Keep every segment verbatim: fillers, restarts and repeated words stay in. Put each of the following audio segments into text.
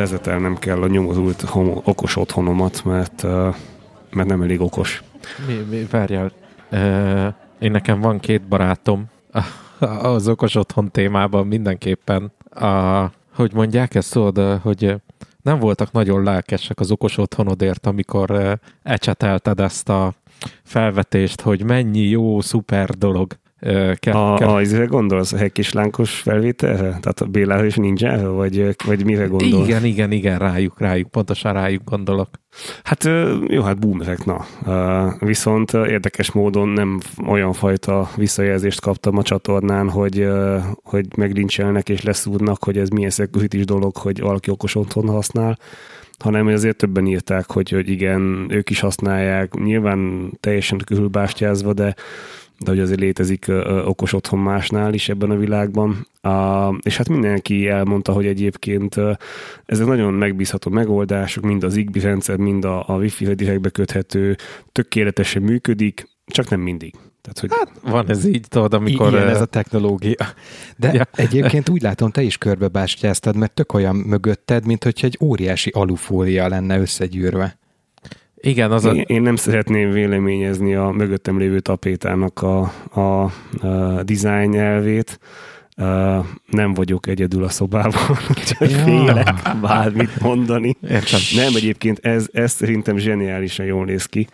rezetelnem kell a nyomorult homo, okos otthonomat, mert, uh, mert nem elég okos. Mi, mi, várjál. Uh, én nekem van két barátom az okos otthon témában mindenképpen. A, hogy mondják ezt, tudod, hogy nem voltak nagyon lelkesek az okos otthonodért, amikor uh, ecsetelted ezt a felvetést, hogy mennyi jó, szuper dolog. Uh, ke, a, ke... a, izére gondolsz, a hekkislánkos felvételre? Tehát a Bélára és Ninjára? Vagy, vagy mire gondolsz? Igen, igen, igen, rájuk, rájuk, pontosan rájuk gondolok. Hát jó, hát boomerek, na. Viszont érdekes módon nem olyan fajta visszajelzést kaptam a csatornán, hogy, hogy meglincselnek és leszúrnak, hogy ez milyen security dolog, hogy valaki okos otthon használ, hanem azért többen írták, hogy, hogy igen, ők is használják, nyilván teljesen körülbástyázva, de de hogy azért létezik ö, okos otthon másnál is ebben a világban. A, és hát mindenki elmondta, hogy egyébként ö, ezek nagyon megbízható megoldások, mind az i gé bé rendszer, mind a, a Wi-Fi-re direktbe köthető, tökéletesen működik, csak nem mindig. Tehát, hogy... Hát van ez így, tudod, amikor... Igen, ez a technológia. De ja. Egyébként úgy látom, te is körbebástyáztad, mert tök olyan mögötted, mint hogyha egy óriási alufólia lenne összegyűrve. Igen, az a... én, én nem szeretném véleményezni a mögöttem lévő tapétának a, a, a design elvét. Uh, nem vagyok egyedül a szobában, úgyhogy ja. félek bármit mondani. Értem. Nem, egyébként ez, ez szerintem zseniálisan jól néz ki.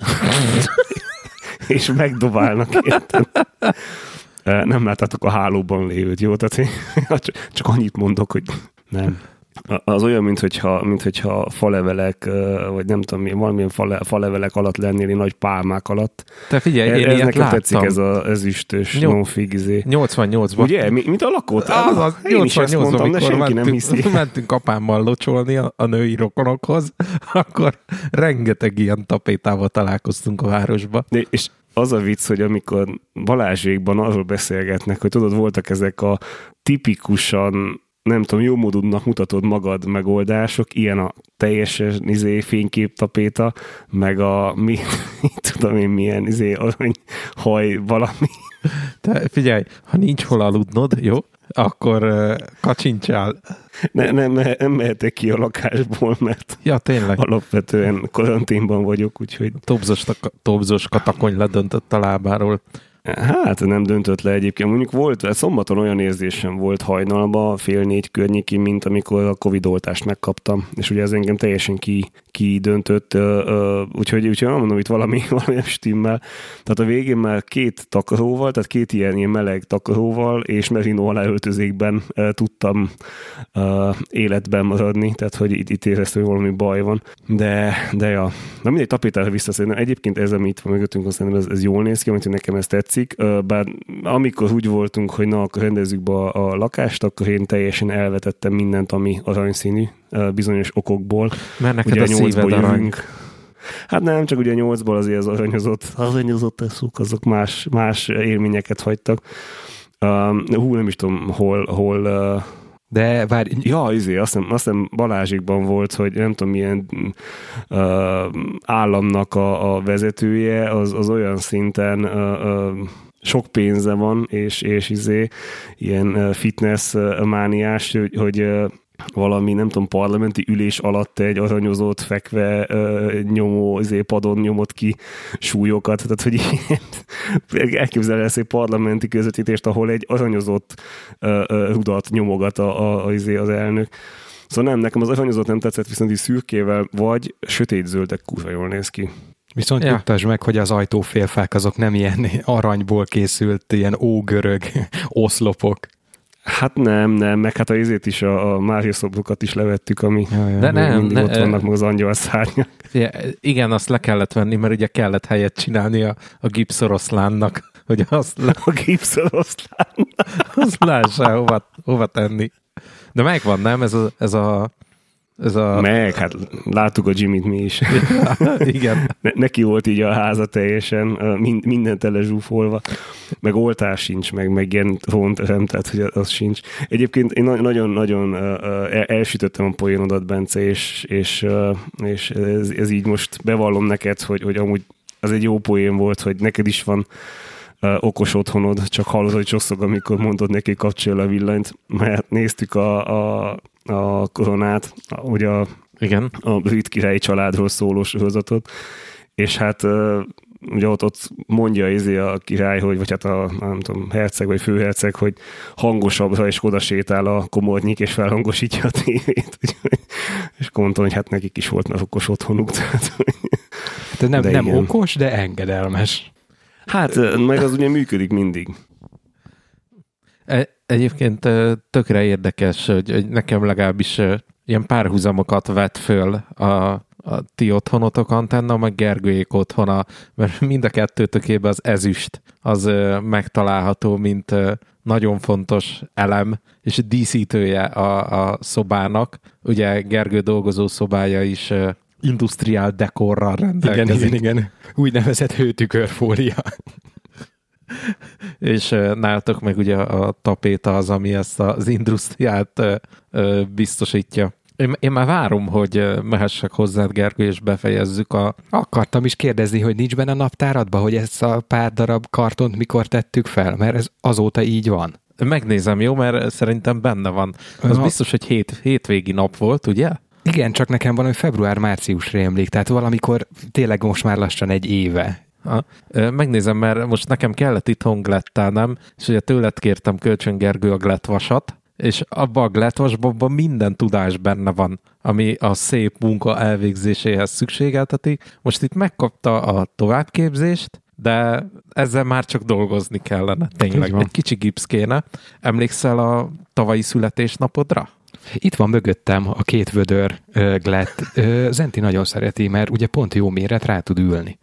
És megdobálnak, érted? Uh, nem láttátok a hálóban lévőt, jó? Tehát csak, csak annyit mondok, hogy nem. Az olyan, minthogyha, minthogyha falevelek, vagy nem tudom, valamilyen fale, falevelek alatt lennél, nagy pálmák alatt. Te figyelj, én ez ilyet nekem láttam. tetszik ez az ezüstös Nyol- non-fig izé. nyolcvannyolcban. Ugye? Mi, mint a lakótál? Az az, én is ezt mondtam, de senki mentünk, nem hiszi. mentünk apámmal locsolni a, a női rokonokhoz, akkor rengeteg ilyen tapétával találkoztunk a városba. De, és az a vicc, hogy amikor Balázsékban arról beszélgetnek, hogy tudod, voltak ezek a tipikusan nem tudom, jó módudnak mutatod magad megoldások, ilyen a teljesen izé, fényképtapéta, meg a mi, tudom én milyen izé, arany haj valami. Te figyelj, ha nincs hol aludnod, jó, akkor uh, kacsincsál. Ne, nem, nem mehetek ki a lakásból, mert ja, tényleg. alapvetően karanténban vagyok, úgyhogy... Tobzos, tobzos katakony ledöntött a lábáról. Hát nem döntött le egyébként. Mondjuk volt, szombaton olyan érzésem volt hajnalban, fél négy környéki, mint amikor a Covid oltást megkaptam. És ugye ez engem teljesen ki, ki döntött, úgyhogy, úgyhogy nem mondom, itt valami, valami stimmel. Tehát a végén már két takaróval, tehát két ilyen, ilyen meleg takaróval és merino aláöltözékben tudtam életben maradni, tehát hogy itt, itt éreztem, hogy valami baj van. De, de ja, na mindegy, tapétára visszaszednem. Egyébként ez, amit van mögöttünk, azt szerintem ez, ez jól néz ki, amit nekem ezt tetszik. Bár amikor úgy voltunk, hogy na, akkor rendezzük be a, a lakást, akkor én teljesen elvetettem mindent, ami aranyszínű bizonyos okokból. Mert neked ugye a szíved arany. Hát nem, csak ugye a nyolcból azért az aranyozott, aranyozott eszuk, azok más, más élményeket hagytak. Uh, hú, nem is tudom, hol... hol uh, De várj... Ja, izé, azt hiszem, azt hiszem Balázsikban volt, hogy nem tudom, milyen uh, államnak a, a vezetője, az, az olyan szinten uh, uh, sok pénze van, és, és izé, ilyen uh, fitness uh, mániás, hogy, hogy uh, valami, nem tudom, parlamenti ülés alatt egy aranyozott, fekve uh, nyomó, izé, padon nyomott ki súlyokat, tehát hogy elképzelhetsz egy parlamenti közvetítést, ahol egy aranyozott uh, uh, rudat nyomogat a, a, a, izé, az elnök. Szóval nem, nekem az aranyozott nem tetszett, viszont így szürkével vagy sötétzöldek kurva jól néz ki. Viszont ja. Nyugtass meg, hogy az ajtófélfák azok nem ilyen aranyból készült, ilyen ógörög oszlopok. Hát nem, nem, meg hát a izét is, a, a Mária szobrokat is levettük, ami ja, ja. De nem, mindig ne, ott vannak meg az angyalszárnyak. Igen, azt le kellett venni, mert ugye kellett helyet csinálni a, a gipszoroszlánnak, hogy azt le... A gipszoroszlánnak. Azt lássál, hova, hova tenni. De megvan, nem? Ez a... Ez a Ez a... Meg, hát láttuk a Jimmyt mi is. Ja, igen. Ne, neki volt így a háza teljesen, mind, minden tele zsúfolva, meg oltás sincs, meg, meg ilyen rónterem, tehát hogy az sincs. Egyébként én nagyon-nagyon elsütöttem a poénodat, Bence, és, és, és ez, ez így most bevallom neked, hogy, hogy amúgy az egy jó poén volt, hogy neked is van okos otthonod, csak hallod, hogy csosszog, amikor mondod neki, kapcsolja a villanyt, mert néztük a, a a koronát, ugye a, Igen. a brit királyi családról szóló sorozatot, és hát ugye ott, ott mondja izé a király, hogy, vagy hát a nem tudom, herceg vagy főherceg, hogy hangosabbra és oda sétál a komornyik, és felhangosítja a tévét. És gondolom, hogy hát nekik is volt már okos otthonuk. Tehát, de nem, de nem okos, de engedelmes. Hát, meg az ugye működik mindig. Egyébként tökre érdekes, hogy, hogy nekem legalábbis ilyen párhuzamokat vett föl a, a ti otthonotok antenna, meg Gergőjék otthona, mert mind a kettőtökében az ezüst az megtalálható, mint nagyon fontos elem, és díszítője a, a szobának. Ugye Gergő dolgozó szobája is industriál dekorral rendelkezik. Igen, igen, igen. Úgynevezett hőtükörfólia. És nálatok meg ugye a tapéta az, ami ezt az industriát biztosítja. Én, én már várom, hogy mehessek hozzád, Gergő, és befejezzük a... Akartam is kérdezni, hogy nincs benne a naptáradban, hogy ezt a pár darab kartont mikor tettük fel, mert ez azóta így van. Megnézem, jó? Mert szerintem benne van. Az ha... biztos, hogy hét, hétvégi nap volt, ugye? Igen, csak nekem valami február-márciusra emlék, tehát valamikor tényleg most már lassan egy éve. Ha, megnézem, mert most nekem kellett itthon glettánem, és ugye tőled kértem kölcsön, Gergő, a glettvasat, és abban a glettvasban minden tudás benne van, ami a szép munka elvégzéséhez szükségeltetik. Most itt megkapta a továbbképzést, de ezzel már csak dolgozni kellene. Tényleg, egy kicsi gipsz kéne. Emlékszel a tavalyi születésnapodra? Itt van mögöttem a két vödör uh, glett. Uh, Zenti nagyon szereti, mert ugye pont jó méret, rá tud ülni.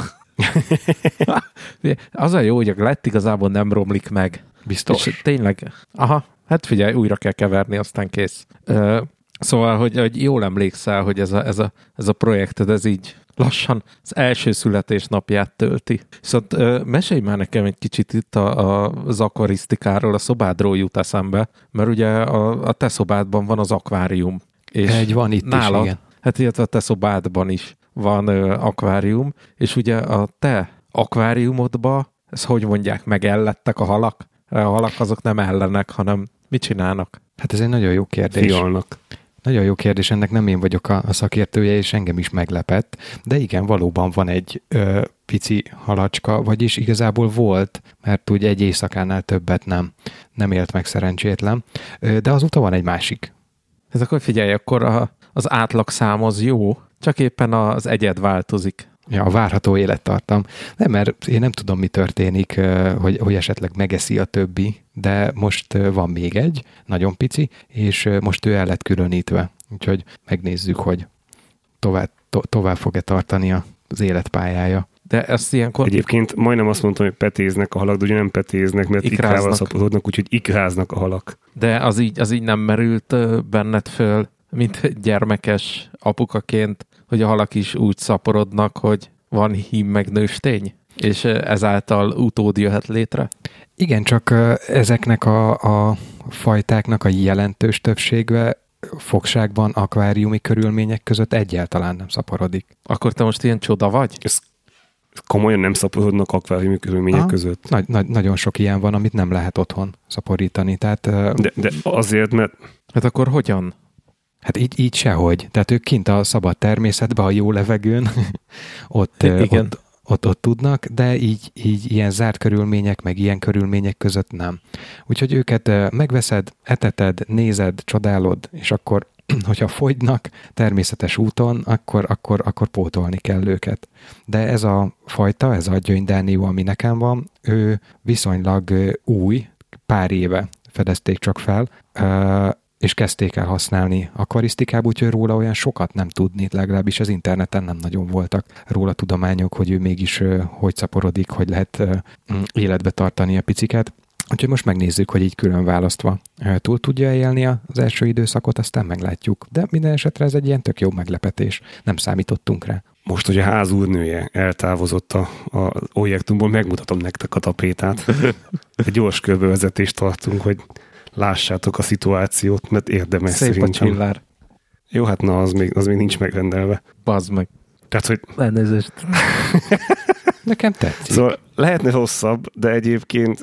Az a jó, hogy a glett igazából nem romlik meg. Biztos. És tényleg, aha, hát figyelj, újra kell keverni, aztán kész. Uh, szóval, hogy, hogy jól emlékszel, hogy ez a, ez, a, ez a projekted, ez így lassan az első születésnapját tölti. Viszont uh, mesélj már nekem egy kicsit itt a, a, az akvarisztikáról, a szobádról jut eszembe, mert ugye a, a te szobádban van az akvárium. És egy van itt nálad, is, igen. Hát illetve a te szobádban is van uh, akvárium, és ugye a te akváriumodba, ezt hogy mondják, megellettek a halak? A halak azok nem ellenek, hanem mit csinálnak? Hát ez egy nagyon jó kérdés. Fialnak. Nagyon jó kérdés, ennek nem én vagyok a, a szakértője, és engem is meglepett, de igen, valóban van egy ö, pici halacska, vagyis igazából volt, mert ugye egy éjszakánál többet nem, nem élt meg szerencsétlen, ö, de azóta van egy másik. Ez akkor figyelj, akkor a, az átlagszám az jó, csak éppen az egyed változik. Ja, a várható élettartam. Nem, mert én nem tudom, mi történik, hogy, hogy esetleg megeszi a többi, de most van még egy, nagyon pici, és most ő el lett különítve. Úgyhogy megnézzük, hogy tovább, to, tovább fog-e tartani az életpályája. De ezt ilyenkor... Egyébként majdnem azt mondtam, hogy petéznek a halak, de ugye nem petéznek, mert ikrával szaporodnak, úgyhogy ikráznak a halak. De az így, az így nem merült benned föl, mint gyermekes apukaként, hogy a halak is úgy szaporodnak, hogy van hím meg nőstény, és ezáltal utód jöhet létre? Igen, csak ezeknek a, a fajtáknak a jelentős többsége fogságban, akváriumi körülmények között egyáltalán nem szaporodik. Akkor te most ilyen csoda vagy? Ez komolyan nem szaporodnak akváriumi körülmények ha, között? Nagy, nagy, nagyon sok ilyen van, amit nem lehet otthon szaporítani. Tehát, de, de azért, mert... Hát akkor hogyan? Hát így, így sehogy. Tehát ők kint a szabad természetben, a jó levegőn, ott, igen. ott, ott, ott tudnak, de így, így ilyen zárt körülmények, meg ilyen körülmények között nem. Úgyhogy őket megveszed, eteted, nézed, csodálod, és akkor, hogyha fogynak természetes úton, akkor, akkor, akkor pótolni kell őket. De ez a fajta, ez a gyöngydánió, ami nekem van, ő viszonylag új, pár éve fedezték csak fel, és kezdték el használni akvarisztikába, úgyhogy róla olyan sokat nem tudni, legalábbis az interneten nem nagyon voltak róla tudományok, hogy ő mégis hogy szaporodik, hogy lehet életbe tartani a piciket. Úgyhogy most megnézzük, hogy így külön választva túl tudja élni az első időszakot, aztán meglátjuk. De minden esetre ez egy ilyen tök jó meglepetés. Nem számítottunk rá. Most, hogy a házúrnője eltávozott a, a objektumból, megmutatom nektek a tapétát. Egy gyors körbevezetést tartunk, hogy lássátok a szituációt, mert érdemes szép szerintem. Szép a csillár. Jó, hát na, az még, az még nincs megrendelve. Bazd meg. Tehát, hogy... Elnézést. Nekem tetszik. Szóval lehetne rosszabb, de egyébként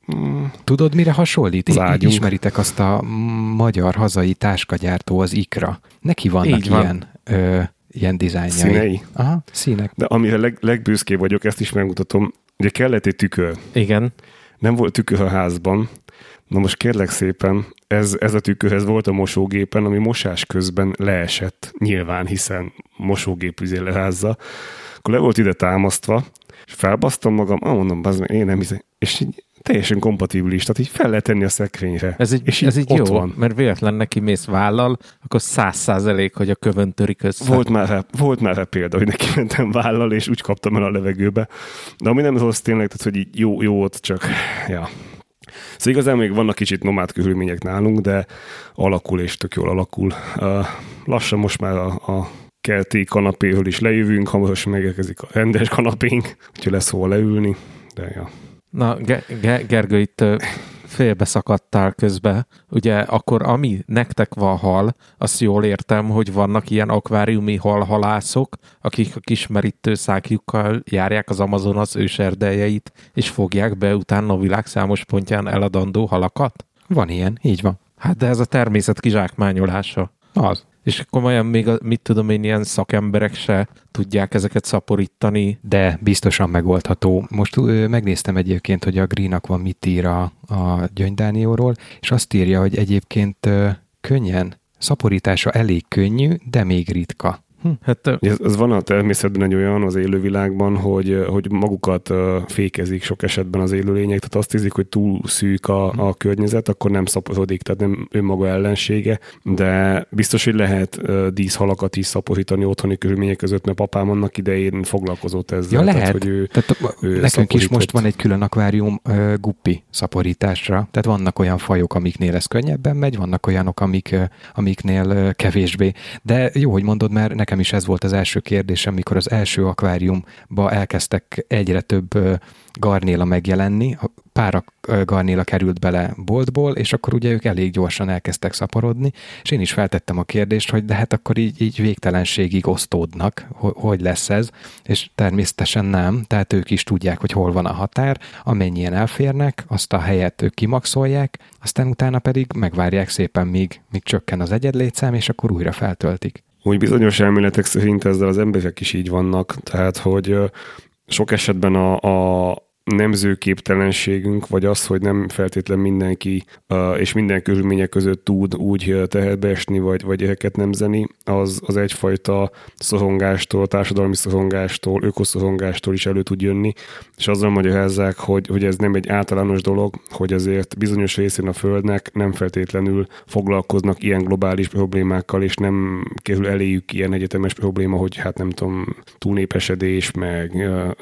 Mm. Tudod, mire hasonlít? Zágyunk. Ismeritek azt a magyar hazai táskagyártó, az Ikra. Neki vannak van. ilyen, ö, ilyen dizájnjai. Színei? Aha, színek. De amire leg, legbüszkébb vagyok, ezt is megmutatom, ugye kellett egy tükör. Igen. Nem volt tükör a házban. Na most kérlek szépen, ez, ez a tükör, ez volt a mosógépen, ami mosás közben leesett, nyilván, hiszen mosógép üzé leházza. Akkor le volt ide támasztva, és felbasztam magam, ah, mondom, bazd, én nem hiszem, és így teljesen kompatibilis, tehát így fel lehet tenni a szekrényre. Ez így, és így ez így jó, van. Mert véletlen neki mész vállal, akkor száz százalék, hogy a kövön törik össze. Volt már, rá, volt már rá példa, hogy neki mentem vállal, és úgy kaptam el a levegőbe. De ami nem rossz tényleg, tehát hogy így jó, jó ott, csak ja. Szóval igazán még vannak kicsit nomád körülmények nálunk, de alakul, és tök jól alakul. Uh, lassan most már a, a kelti kanapéről is lejövünk, hamarosan megérkezik a rendes kanapénk, úgyhogy lesz hova leülni, de ja. Na, Ge- Ge- Gergő, itt félbeszakadtál közbe. Ugye akkor ami nektek van hal, azt jól értem, hogy vannak ilyen akváriumi halhalászok, akik a kis merítőszákjukkal járják az Amazonas őserdejeit, és fogják be utána a világ számos pontján eladandó halakat? Van ilyen, így van. Hát de ez a természet kizsákmányolása. Az. És komolyan még, a, mit tudom én, ilyen szakemberek se tudják ezeket szaporítani. De biztosan megoldható. Most ö, megnéztem egyébként, hogy a Greenak van mit ír a, a Gyöngydánióról, és azt írja, hogy egyébként ö, könnyen, szaporítása elég könnyű, de még ritka. Hm. Hát, ez, ez van a természetben egy olyan az élővilágban, hogy, hogy magukat fékezik sok esetben az élőlények, tehát azt hiszik, hogy túl szűk a, a környezet, akkor nem szaporodik, tehát nem önmaga ellensége, de biztos, hogy lehet díszhalakat is szaporítani otthoni körülmények között, mert papám annak idején foglalkozott ezzel. Ja, lehet. Tehát, hogy ő, tehát, ő nekünk szaporított. is most van egy külön akvárium uh, guppi szaporításra, tehát vannak olyan fajok, amiknél ez könnyebben megy, vannak olyanok, amik, uh, amiknél uh, kevésbé. De jó, hogy mondod, mert nekem is ez volt az első kérdésem, mikor az első akváriumba elkezdtek egyre több garnéla megjelenni, pár garnéla került bele boltból, és akkor ugye ők elég gyorsan elkezdtek szaporodni, és én is feltettem a kérdést, hogy de hát akkor így, így végtelenségig osztódnak, hogy lesz ez, és természetesen nem, tehát ők is tudják, hogy hol van a határ, amennyien elférnek, azt a helyet ők kimaxolják, aztán utána pedig megvárják szépen, míg, míg csökken az egyedlétszám, és akkor újra feltöltik. Úgy bizonyos elméletek szerint ezzel az emberek is így vannak, tehát hogy sok esetben a, a nemzőképtelenségünk, vagy az, hogy nem feltétlen mindenki és minden körülmények között tud úgy teherbe esni, vagy, vagy gyerekeket nemzeni, az, az egyfajta szorongástól, társadalmi szorongástól, ökoszorongástól is elő tud jönni, és azzal magyarázzák, hogy, hogy ez nem egy általános dolog, hogy ezért bizonyos részén a Földnek nem feltétlenül foglalkoznak ilyen globális problémákkal, és nem kerül eléjük ilyen egyetemes probléma, hogy hát nem tudom, túlnépesedés, meg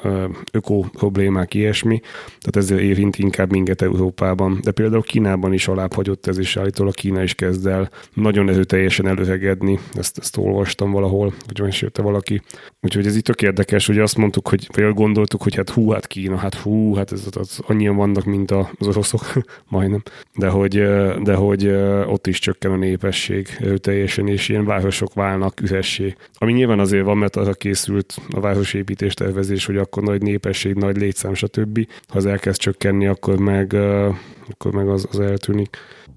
öko problémák, ilyesmi. Tehát ezzel érint inkább minket Európában. De például Kínában is alább hagyott ez, és állítólag Kína is kezd el nagyon erőteljesen előregedni. Ezt, ezt olvastam valahol, vagy mesélte valaki. Úgyhogy ez itt tök érdekes, hogy azt mondtuk, hogy vagy gondoltuk, hogy hát hú, hát Kína, hát hú, hát ez, az, annyian vannak, mint az oroszok, majdnem. De hogy, de hogy ott is csökken a népesség erőteljesen, és ilyen városok válnak üressé. Ami nyilván azért van, mert arra készült a városépítés tervezés, hogy akkor nagy népesség, nagy létszám, stb. Ha az elkezd csökkenni, akkor meg, uh, akkor meg az, az eltűnik.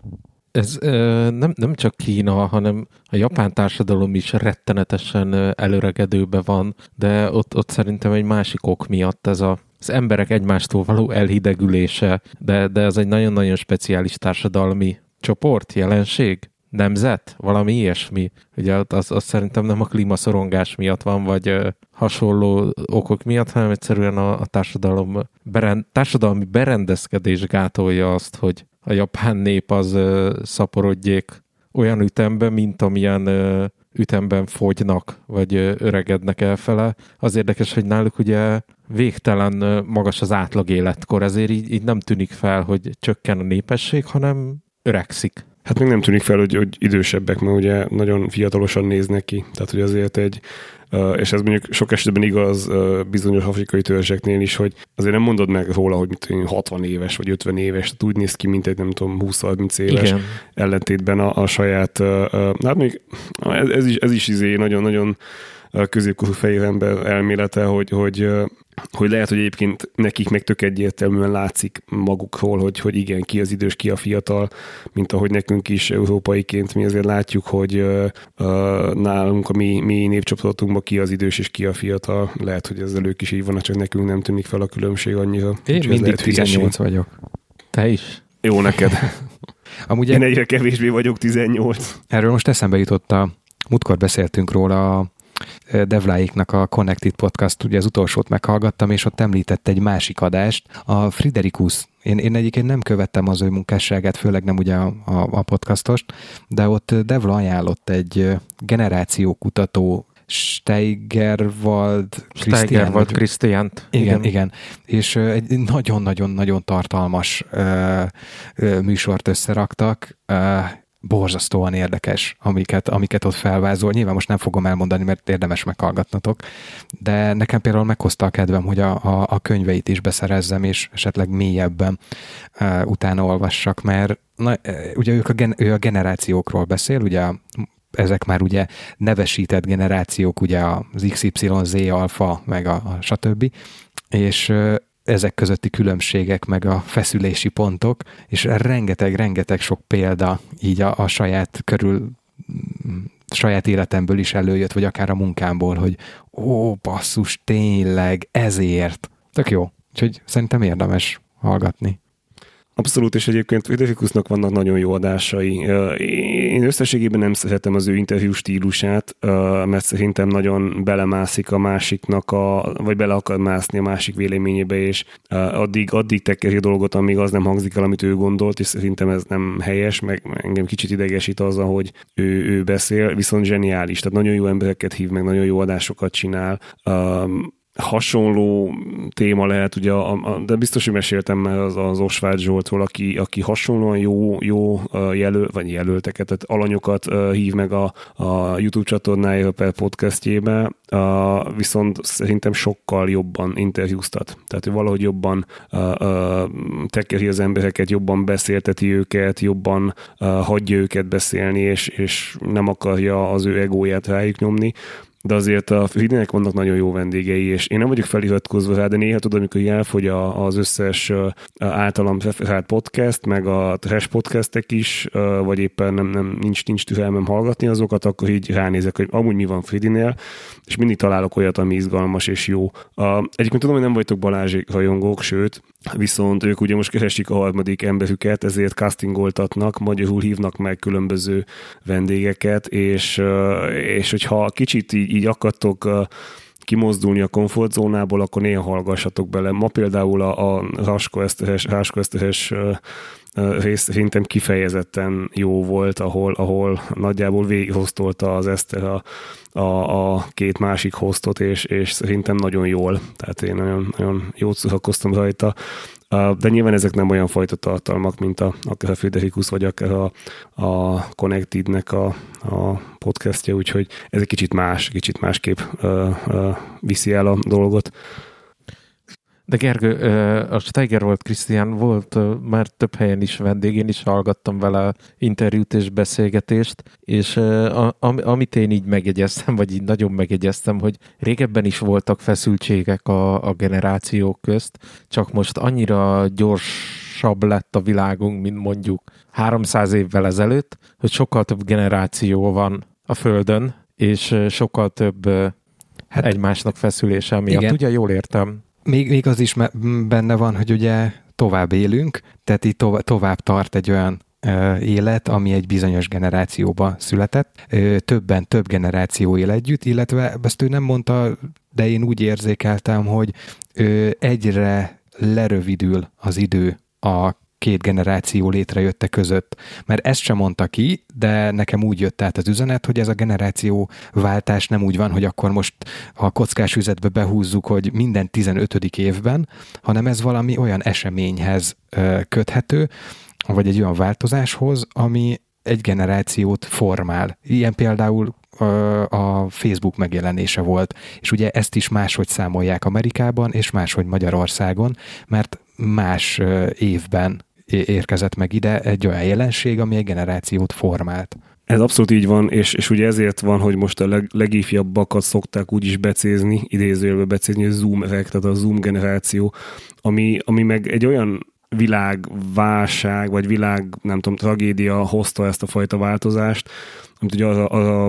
Ez ö, nem, nem csak Kína, hanem a japán társadalom is rettenetesen előregedőben van, de ott, ott szerintem egy másik ok miatt ez a, az emberek egymástól való elhidegülése, de, de ez egy nagyon-nagyon speciális társadalmi csoport, jelenség, nemzet, valami ilyesmi. Ugye az, az szerintem nem a klímaszorongás miatt van, vagy ö, hasonló okok miatt, hanem egyszerűen a, a társadalom berend, társadalmi berendezkedés gátolja azt, hogy a japán nép az ö, szaporodjék olyan ütemben, mint amilyen ö, ütemben fogynak, vagy ö, öregednek elfele. Az érdekes, hogy náluk ugye végtelen ö, magas az átlag életkor, ezért így, így nem tűnik fel, hogy csökken a népesség, hanem öregszik. Hát még nem tűnik fel, hogy, hogy idősebbek, mert ugye nagyon fiatalosan néznek ki. Tehát, hogy azért egy, és ez mondjuk sok esetben igaz bizonyos afrikai törzseknél is, hogy azért nem mondod meg róla, hogy mit hatvan éves vagy ötven éves, tehát úgy néz ki, mint egy nem tudom húsz-harminc éves. Igen. Ellentétben a, a saját, hát még ez is, ez is izé nagyon-nagyon középkorú fehér ember elmélete, hogy, hogy hogy lehet, hogy egyébként nekik meg tök egyértelműen látszik magukról, hogy, hogy igen, ki az idős, ki a fiatal, mint ahogy nekünk is európaiként mi azért látjuk, hogy uh, nálunk a mi, mi népcsoportunkban ki az idős és ki a fiatal. Lehet, hogy ezzel ők is így van, csak nekünk nem tűnik fel a különbség annyira. Én Úgy, mindig tizennyolc vagyok. Te is? Jó neked. Amúgy Én egyre kevésbé vagyok tizennyolc. Erről most eszembe jutott a, múltkor beszéltünk róla a Devláiknak a Connected Podcast, ugye az utolsót meghallgattam, és ott említett egy másik adást, a Friderikus. Én, én egyébként nem követtem az ő munkásságát, főleg nem ugye a, a, a podcastost, de ott Devla ajánlott egy generációkutató Steigerwald Steigerwald Christiant. Igen, igen, igen. És egy nagyon-nagyon-nagyon tartalmas uh, uh, műsort összeraktak, uh, borzasztóan érdekes, amiket, amiket ott felvázol. Nyilván most nem fogom elmondani, mert érdemes meghallgatnatok, de nekem például meghozta a kedvem, hogy a, a, a könyveit is beszerezzem, és esetleg mélyebben uh, utána olvassak, mert na, ugye ők a, gen, ő a generációkról beszél, ugye ezek már ugye nevesített generációk, ugye az iksz ipszilon zé, alfa, meg a, a stb. És uh, ezek közötti különbségek, meg a feszülési pontok, és rengeteg-rengeteg sok példa így a, a saját körül, saját életemből is előjött, vagy akár a munkámból, hogy ó, basszus, tényleg, ezért. Tök jó. Úgyhogy szerintem érdemes hallgatni. Abszolút, és egyébként Friderikusnak vannak nagyon jó adásai. Én összességében nem szeretem az ő interjú stílusát, mert szerintem nagyon belemászik a másiknak, a, vagy bele akar mászni a másik véleményébe, és addig, addig tekeri a dolgot, amíg az nem hangzik el, amit ő gondolt, és szerintem ez nem helyes, meg engem kicsit idegesít az, ahogy ő, ő beszél, viszont zseniális, tehát nagyon jó embereket hív, meg nagyon jó adásokat csinál. Hasonló téma lehet, ugye, a, a, de biztos, hogy meséltem már az, az Osváth Zsoltról, aki, aki hasonlóan jó, jó jelöl, vagy jelölteket, tehát alanyokat hív meg a, a YouTube csatornájára per podcastjébe, a, viszont szerintem sokkal jobban interjúztat. Tehát ő valahogy jobban a, a, tekeri az embereket, jobban beszélteti őket, jobban a, hagyja őket beszélni, és, és nem akarja az ő egóját rájuk nyomni. De azért a Fridinek vannak nagyon jó vendégei, és én nem vagyok feliratkozva rá, de néha tudom, amikor elfogy az összes általam referált podcast, meg a trash podcastek is, vagy éppen nem, nem, nincs, nincs türelmem hallgatni azokat, akkor így ránézek, hogy amúgy mi van Fridinél, és mindig találok olyat, ami izgalmas és jó. Egyébként tudom, hogy nem vagytok Balázsék rajongók, sőt, viszont ők ugye most keresik a harmadik emberüket, ezért castingoltatnak, magyarul hívnak meg különböző vendégeket, és, és hogyha kicsit így, így akadtok kimozdulni a komfortzónából, akkor néha hallgassatok bele. Ma például a, a Ráskó Eszteres, Ráskó Eszteres rész szerintem kifejezetten jó volt, ahol, ahol nagyjából végighoztolta az Eszter a, a, a két másik hostot, és, és szerintem nagyon jól. Tehát én nagyon, nagyon jót szórakoztam rajta. De nyilván ezek nem olyan fajta tartalmak, mint a, akár a Friderikus, vagy akár a, a Connected-nek a, a podcastja, úgyhogy ez egy kicsit más, kicsit másképp uh, uh, viszi el a dolgot. De Gergő, a Steigerwald Christian volt már több helyen is vendég, én is hallgattam vele interjút és beszélgetést, és amit én így megjegyeztem, vagy így nagyon megjegyeztem, hogy régebben is voltak feszültségek a, a generációk közt, csak most annyira gyorsabb lett a világunk, mint mondjuk háromszáz évvel ezelőtt, hogy sokkal több generáció van a Földön, és sokkal több hát, egymásnak feszülése miatt. Igen. Ugye jól értem? Még, még az is benne van, hogy ugye tovább élünk, tehát így tovább, tovább tart egy olyan ö, élet, ami egy bizonyos generációba született. Ö, többen, több generáció él együtt, illetve ezt ő nem mondta, de én úgy érzékeltem, hogy ö, egyre lerövidül az idő a két generáció létrejötte között. Mert ezt sem mondta ki, de nekem úgy jött át az üzenet, hogy ez a generációváltás nem úgy van, hogy akkor most a kockás üzetbe behúzzuk, hogy minden tizenötödik évben, hanem ez valami olyan eseményhez köthető, vagy egy olyan változáshoz, ami egy generációt formál. Ilyen például a Facebook megjelenése volt, és ugye ezt is máshogy számolják Amerikában, és máshogy Magyarországon, mert más évben érkezett meg ide egy olyan jelenség, ami egy generációt formált. Ez abszolút így van, és, és ugye ezért van, hogy most a leg, legifjabbakat szokták úgy is becézni, idézőjelbe becézni, hogy Zoom-ek, tehát a Zoom generáció, ami, ami meg egy olyan világválság, vagy világ, nem tudom, tragédia hozta ezt a fajta változást, amit ugye az a, az a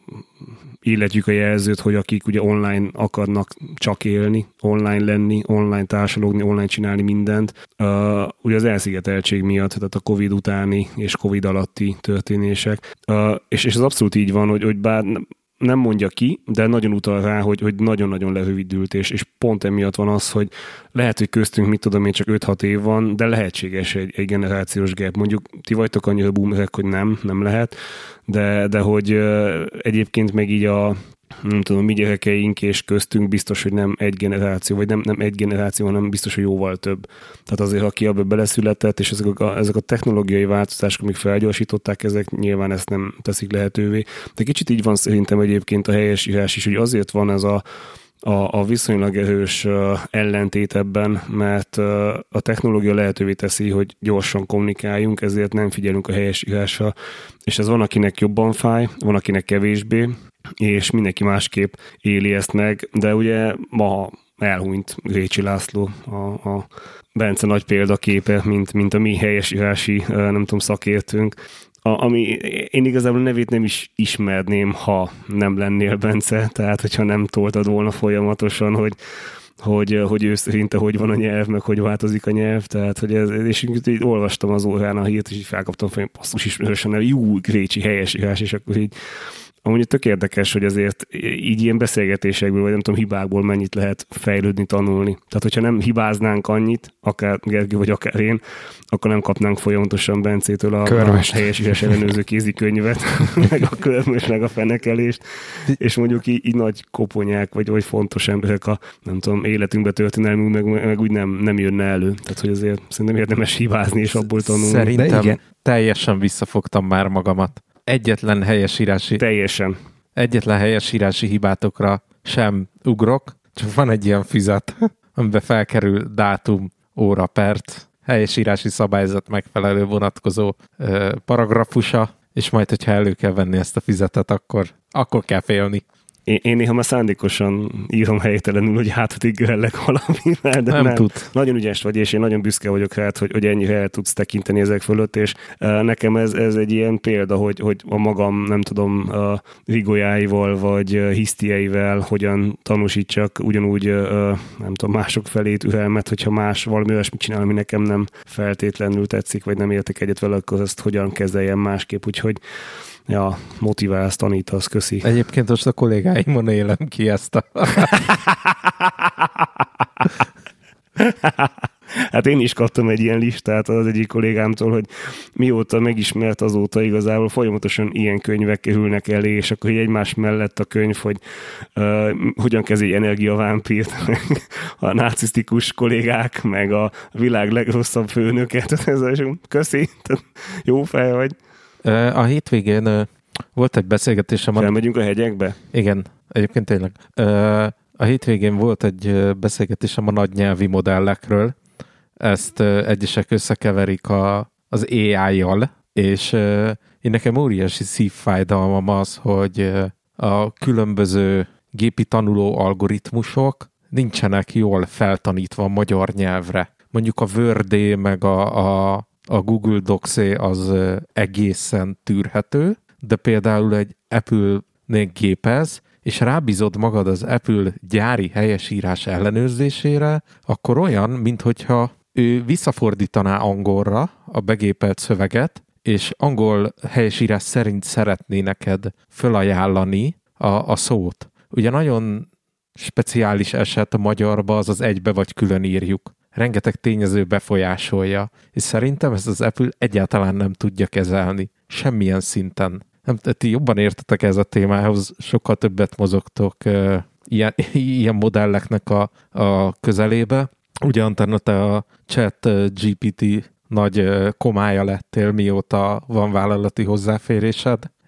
illetjük a jelzőt, hogy akik ugye online akarnak csak élni, online lenni, online társalogni, online csinálni mindent, uh, ugye az elszigeteltség miatt, tehát a Covid utáni és Covid alatti történések. Uh, és, és ez abszolút így van, hogy, hogy bár nem mondja ki, de nagyon utal rá, hogy, hogy nagyon-nagyon lerövidült, és, és pont emiatt van az, hogy lehet, hogy köztünk, mit tudom én, csak öt-hat év van, de lehetséges egy, egy generációs gap. Mondjuk ti vagytok annyira boomerek, hogy nem, nem lehet, de, de hogy uh, egyébként meg így a nem tudom, mi gyerekeink és köztünk biztos, hogy nem egy generáció, vagy nem, nem egy generáció, hanem biztos, hogy jóval több. Tehát azért, aki abba beleszületett, és ezek a, ezek a technológiai változások, amik felgyorsították, ezek nyilván ezt nem teszik lehetővé. De kicsit így van szerintem egyébként a helyesírás is, hogy azért van ez a A, a viszonylag erős uh, ellentét ebben, mert uh, a technológia lehetővé teszi, hogy gyorsan kommunikáljunk, ezért nem figyelünk a helyesírásra, és ez van, akinek jobban fáj, van, akinek kevésbé, és mindenki másképp éli ezt meg, de ugye ma elhunyt Récsi László, a, a Bence nagy példaképe, mint, mint a mi helyesírási, uh, nem tudom, szakértőnk, A, ami én igazából nevét nem is ismerném, ha nem lennél, Bence, tehát hogyha nem toltad volna folyamatosan, hogy, hogy, hogy ő szerinte hogy van a nyelv, meg hogy változik a nyelv, tehát hogy ez, és így olvastam az órán a hírt, és így felkaptam fel, hogy passzus ismerősen, jó, Grécsi, helyesírás, és akkor így amúgy tök érdekes, hogy azért így ilyen beszélgetésekből, vagy nem tudom, hibákból mennyit lehet fejlődni, tanulni. Tehát, hogyha nem hibáznánk annyit, akár Gergő, vagy akár én, akkor nem kapnánk folyamatosan Bencétől a, a helyesírás ellenőrző kézikönyvet, meg a körmös, meg a fenekelést, és mondjuk így, így nagy koponyák, vagy, vagy fontos emberek a, nem tudom, életünkbe történelmünk, meg, meg úgy nem, nem jönne elő. Tehát, hogy azért szerintem érdemes hibázni, és abból tanulni. Szerintem teljesen visszafogtam már magamat. Egyetlen helyesírási... Teljesen. Egyetlen helyesírási hibátokra sem ugrok, csak van egy ilyen füzet, amiben felkerül dátum, óra, perc, helyesírási szabályzat megfelelő vonatkozó ö, paragrafusa, és majd, hogyha elő kell venni ezt a füzetet, akkor, akkor kell félni. Én, én néha már szándékosan írom helytelenül, hogy hát tiggellek valamivel, de nem, nem. Tud. Nagyon ügyes vagy, és én nagyon büszke vagyok rád, hogy, hogy ennyire el tudsz tekinteni ezek fölött, és uh, nekem ez, ez egy ilyen példa, hogy, hogy a magam, nem tudom, uh, rigolyáival, vagy uh, hisztieivel hogyan tanúsítsak ugyanúgy, uh, nem tudom, mások felé türelmet, hogyha más valami olyasmit csinál, ami nekem nem feltétlenül tetszik, vagy nem értek egyet vele, akkor ezt hogyan kezeljem másképp, úgyhogy ja, motiválsz, tanítasz, köszi. Egyébként most a kollégáimon élem ki ezt a... Hát én is kaptam egy ilyen listát az egyik kollégámtól, hogy mióta megismert, azóta igazából folyamatosan ilyen könyvek kerülnek elé, és akkor egymás mellett a könyv, hogy uh, hogyan kezd energiavámpírt, a narcisztikus kollégák, meg a világ legrosszabb főnöket. Köszi, jó fej vagy. A hétvégén volt egy beszélgetésem. Felmegyünk a hegyekbe? Igen, egyébként tényleg. A hétvégén volt egy beszélgetésem a nagy nyelvi modellekről. Ezt egyesek összekeverik a, az á í-jal, és én nekem óriási szívfájdalmam az, hogy a különböző gépi tanuló algoritmusok nincsenek jól feltanítva a magyar nyelvre. Mondjuk a Word meg a, a A Google Docs az egészen tűrhető, de például egy Apple-nél gépez, és rábízod magad az Apple gyári helyesírás ellenőrzésére, akkor olyan, minthogyha ő visszafordítaná angolra a begépelt szöveget, és angol helyesírás szerint szeretné neked fölajánlani a, a szót. Ugye nagyon speciális eset a magyarba az az egybe vagy külön írjuk. Rengeteg tényező befolyásolja, és szerintem ezt az Apple egyáltalán nem tudja kezelni. Semmilyen szinten. Nem, ti jobban értetek ez a témához, sokkal többet mozogtok uh, ilyen, ilyen modelleknek a, a közelébe. Ugye Antenna, te a Chat gé pé té nagy uh, komája lettél, mióta van vállalati hozzáférésed,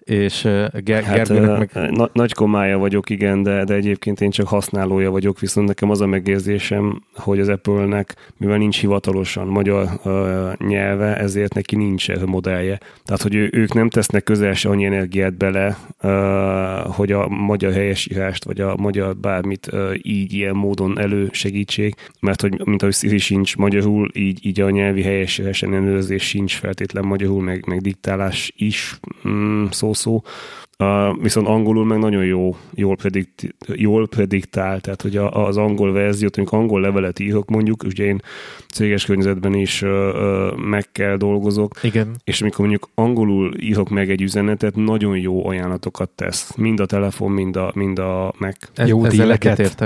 és Ger- hát, Gergőnek meg... Na, nagy komája vagyok, igen, de, de egyébként én csak használója vagyok, viszont nekem az a megérzésem, hogy az Apple-nek, mivel nincs hivatalosan magyar uh, nyelve, ezért neki nincs ez a modellje. Tehát, hogy ő, ők nem tesznek közel se annyi energiát bele, uh, hogy a magyar helyesírást, vagy a magyar bármit uh, így ilyen módon elősegítsék, mert hogy mint ahogy Siri sincs magyarul, így, így a nyelvi helyesírás ellenőrzés sincs feltétlen magyarul, meg, meg diktálás is mm, szó-szó. Uh, viszont angolul meg nagyon jó, jól, predikt, jól prediktál, tehát hogy a, az angol verziót, amikor angol levelet írok mondjuk, ugye én céges környezetben is uh, uh, meg kell dolgozok, igen. És amikor mondjuk angolul írok meg egy üzenetet, nagyon jó ajánlatokat tesz. Mind a telefon, mind a, mind a Mac. Ez, jó díleket.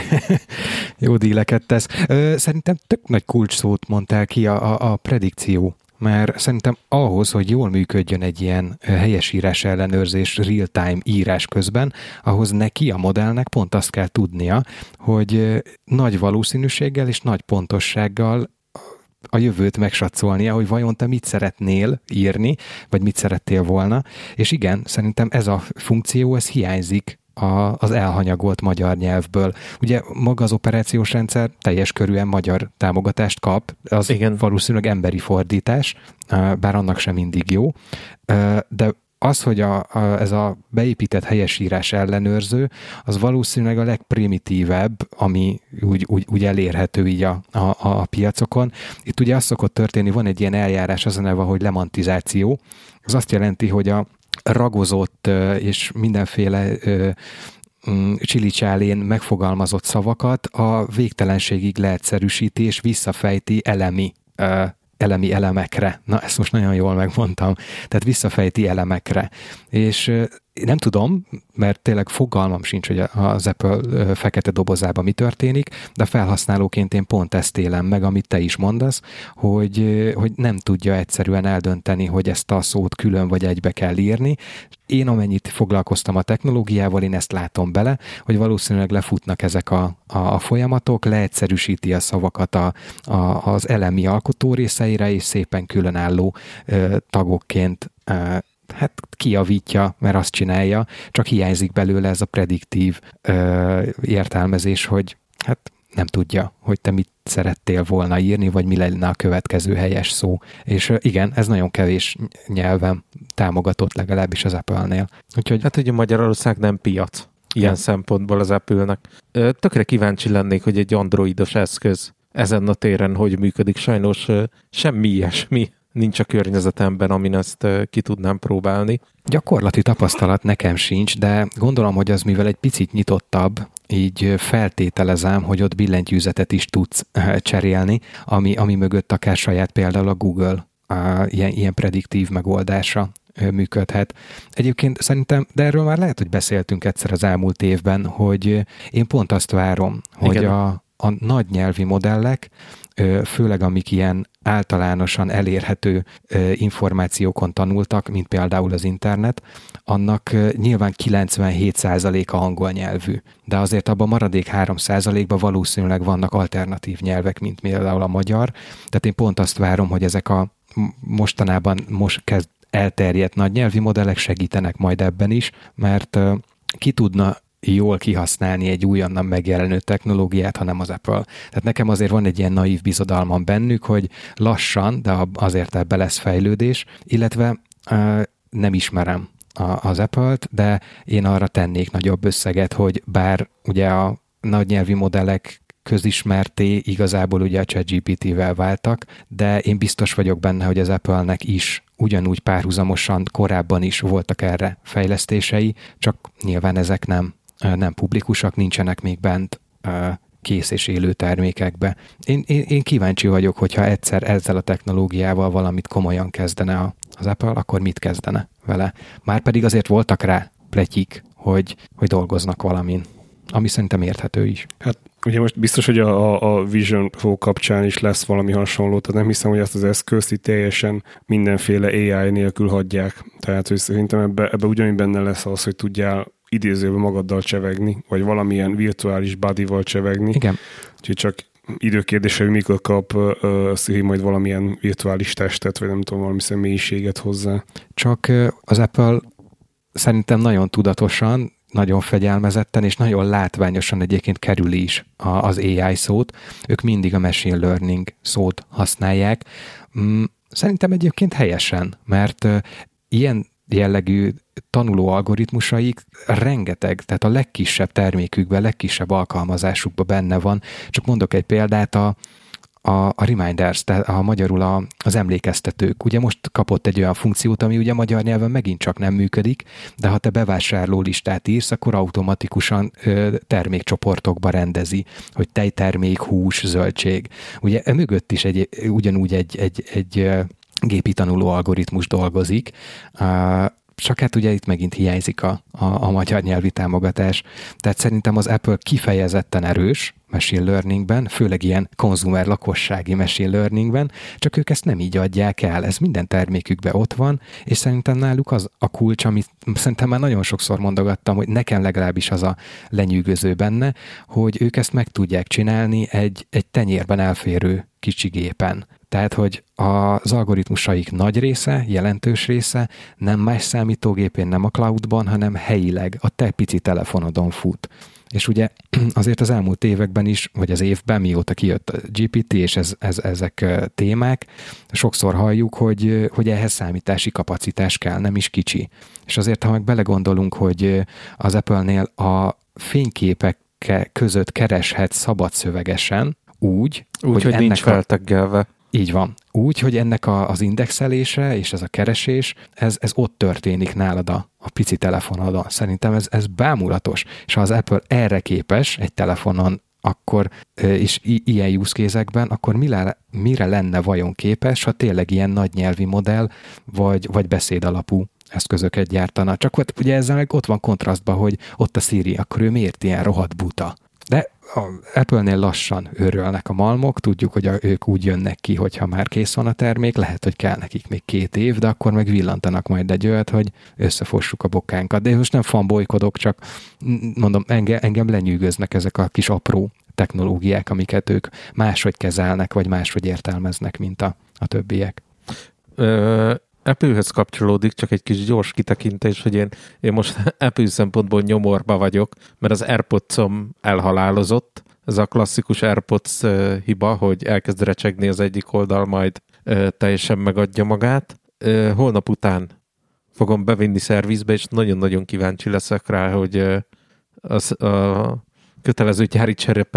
Jó díleket tesz. Szerintem tök nagy kulcs szót mondtál ki a, a, a predikció. Mert szerintem ahhoz, hogy jól működjön egy ilyen helyesírás ellenőrzés real-time írás közben, ahhoz neki a modellnek pont azt kell tudnia, hogy nagy valószínűséggel és nagy pontossággal a jövőt megsatszolnia, hogy vajon te mit szeretnél írni, vagy mit szerettél volna. És igen, szerintem ez a funkció, ez hiányzik A, az elhanyagolt magyar nyelvből. Ugye maga az operációs rendszer teljes körűen magyar támogatást kap, az igen. Valószínűleg emberi fordítás, bár annak sem mindig jó, de az, hogy a, a, ez a beépített helyesírás ellenőrző, az valószínűleg a legprimitívebb, ami úgy, úgy, úgy elérhető így a, a, a piacokon. Itt ugye az szokott történni, van egy ilyen eljárás, az a neve, hogy lemantizáció. Ez azt jelenti, hogy a ragozott és mindenféle csilicsálén megfogalmazott szavakat a végtelenségig leegyszerűsíti és visszafejti elemi, elemi elemekre. Na, ezt most nagyon jól megmondtam. Tehát visszafejti elemekre. És nem tudom, mert tényleg fogalmam sincs, hogy az Apple fekete dobozában mi történik, de felhasználóként én pont ezt élem meg, amit te is mondasz, hogy, hogy nem tudja egyszerűen eldönteni, hogy ezt a szót külön vagy egybe kell írni. Én amennyit foglalkoztam a technológiával, én ezt látom bele, hogy valószínűleg lefutnak ezek a, a, a folyamatok, leegyszerűsíti a szavakat a, a, az elemi alkotórészeire, és szépen különálló ö, tagokként ö, hát kijavítja, mert azt csinálja, csak hiányzik belőle ez a prediktív ö, értelmezés, hogy hát nem tudja, hogy te mit szerettél volna írni, vagy mi lenne a következő helyes szó. És igen, ez nagyon kevés nyelven támogatott, legalábbis az Apple-nél. Úgyhogy... Hát ugye Magyarország nem piac ilyen ja. szempontból az Apple-nek. Tökre kíváncsi lennék, hogy egy androidos eszköz ezen a téren hogy működik. Sajnos semmi ilyesmi nincs a környezetemben, amin ezt ki tudnám próbálni. Gyakorlati tapasztalat nekem sincs, de gondolom, hogy az mivel egy picit nyitottabb, így feltételezem, hogy ott billentyűzetet is tudsz cserélni, ami, ami mögött akár saját például a Google ilyen, ilyen prediktív megoldása működhet. Egyébként szerintem, de erről már lehet, hogy beszéltünk egyszer az elmúlt évben, hogy én pont azt várom, hogy a, a nagy nyelvi modellek, főleg amik ilyen általánosan elérhető információkon tanultak, mint például az internet, annak nyilván kilencvenhét százaléka angol nyelvű. De azért abban maradék három százalékban valószínűleg vannak alternatív nyelvek, mint például a magyar. Tehát én pont azt várom, hogy ezek a mostanában most kezd elterjedt nagy nyelvi modellek segítenek majd ebben is, mert ki tudna jól kihasználni egy újonnan megjelenő technológiát, hanem az Apple. Tehát nekem azért van egy ilyen naív bizodalmam bennük, hogy lassan, de azért ebbe lesz fejlődés, illetve uh, nem ismerem a, az Apple-t, de én arra tennék nagyobb összeget, hogy bár ugye a nagy nyelvi modellek közismerté igazából ugye a ChatGPT-vel váltak, de én biztos vagyok benne, hogy az Apple-nek is ugyanúgy párhuzamosan korábban is voltak erre fejlesztései, csak nyilván ezek nem nem publikusak, nincsenek még bent kész és élő termékekbe. Én, én, én kíváncsi vagyok, hogyha egyszer ezzel a technológiával valamit komolyan kezdene az Apple, akkor mit kezdene vele. Márpedig azért voltak rá pletyik, hogy, hogy dolgoznak valamin, ami szerintem érthető is. Hát ugye most biztos, hogy a, a Vision Pro kapcsán is lesz valami hasonló, tehát nem hiszem, hogy ezt az eszközt itt teljesen mindenféle á i nélkül hagyják. Tehát hogy szerintem ebbe, ebbe ugyanúgy benne lesz az, hogy tudjál idézőben magaddal csevegni, vagy valamilyen virtuális bodyval csevegni. Igen. Úgyhogy csak időkérdése, hogy mikor kap uh, Siri majd valamilyen virtuális testet, vagy nem tudom, valami személyiséget hozzá. Csak uh, az Apple szerintem nagyon tudatosan, nagyon fegyelmezetten és nagyon látványosan egyébként kerüli is az á i szót. Ők mindig a machine learning szót használják. Szerintem egyébként helyesen, mert ilyen jellegű tanuló algoritmusaik rengeteg, tehát a legkisebb termékükben, legkisebb alkalmazásukban benne van. Csak mondok egy példát, a, a, a reminders, tehát a magyarul a, az emlékeztetők. Ugye most kapott egy olyan funkciót, ami ugye magyar nyelven megint csak nem működik, de ha te bevásárló listát írsz, akkor automatikusan ö, termékcsoportokba rendezi, hogy tejtermék, hús, zöldség. Ugye mögött is egy, ugyanúgy egy, egy, egy gépi tanuló algoritmus dolgozik, csak hát ugye itt megint hiányzik a, a, a magyar nyelvi támogatás. Tehát szerintem az Apple kifejezetten erős machine learningben, főleg ilyen konzumer lakossági machine learningben, csak ők ezt nem így adják el. Ez minden termékükben ott van, és szerintem náluk az a kulcs, amit szerintem már nagyon sokszor mondogattam, hogy nekem legalábbis az a lenyűgöző benne, hogy ők ezt meg tudják csinálni egy, egy tenyérben elférő kicsi gépen. Tehát, hogy az algoritmusaik nagy része, jelentős része nem más számítógépén, nem a cloudban, hanem helyileg a te pici telefonodon fut. És ugye azért az elmúlt években is, vagy az évben, mióta kijött a gé pé té, és ez, ez, ezek témák, sokszor halljuk, hogy, hogy ehhez számítási kapacitás kell, nem is kicsi. És azért, ha meg belegondolunk, hogy az Apple-nél a fényképek között kereshet szabadszövegesen, úgy, úgy hogy, hogy nincs felteggelve. Így van. Úgy, hogy ennek a, az indexelése és ez a keresés, ez, ez ott történik nálad a, a pici telefonodon. Szerintem ez, ez bámulatos. És ha az Apple erre képes egy telefonon, akkor, és i- ilyen use case-ekben, akkor mire, mire lenne vajon képes, ha tényleg ilyen nagy nyelvi modell, vagy, vagy beszéd alapú eszközöket gyártana. Csak ott, ugye ezzel meg ott van kontrasztban, hogy ott a Siri, akkor ő miért ilyen rohadt buta? De az Apple-nél lassan őrölnek a malmok, tudjuk, hogy a, ők úgy jönnek ki, hogyha már kész van a termék, lehet, hogy kell nekik még két év, de akkor meg villantanak majd egy olyat, hogy összefossuk a bokánkat. De én most nem fanbolykodok, csak mondom, engem, engem lenyűgöznek ezek a kis apró technológiák, amiket ők máshogy kezelnek, vagy máshogy értelmeznek, mint a, a többiek. Ö... Apple-höz kapcsolódik, csak egy kis gyors kitekintés, hogy én, én most Apple szempontból nyomorba vagyok, mert az AirPods-om elhalálozott. Ez a klasszikus AirPods uh, hiba, hogy elkezd recsegni az egyik oldal, majd uh, teljesen megadja magát. Uh, holnap után fogom bevinni szervizbe, és nagyon-nagyon kíváncsi leszek rá, hogy uh, az a kötelező gyári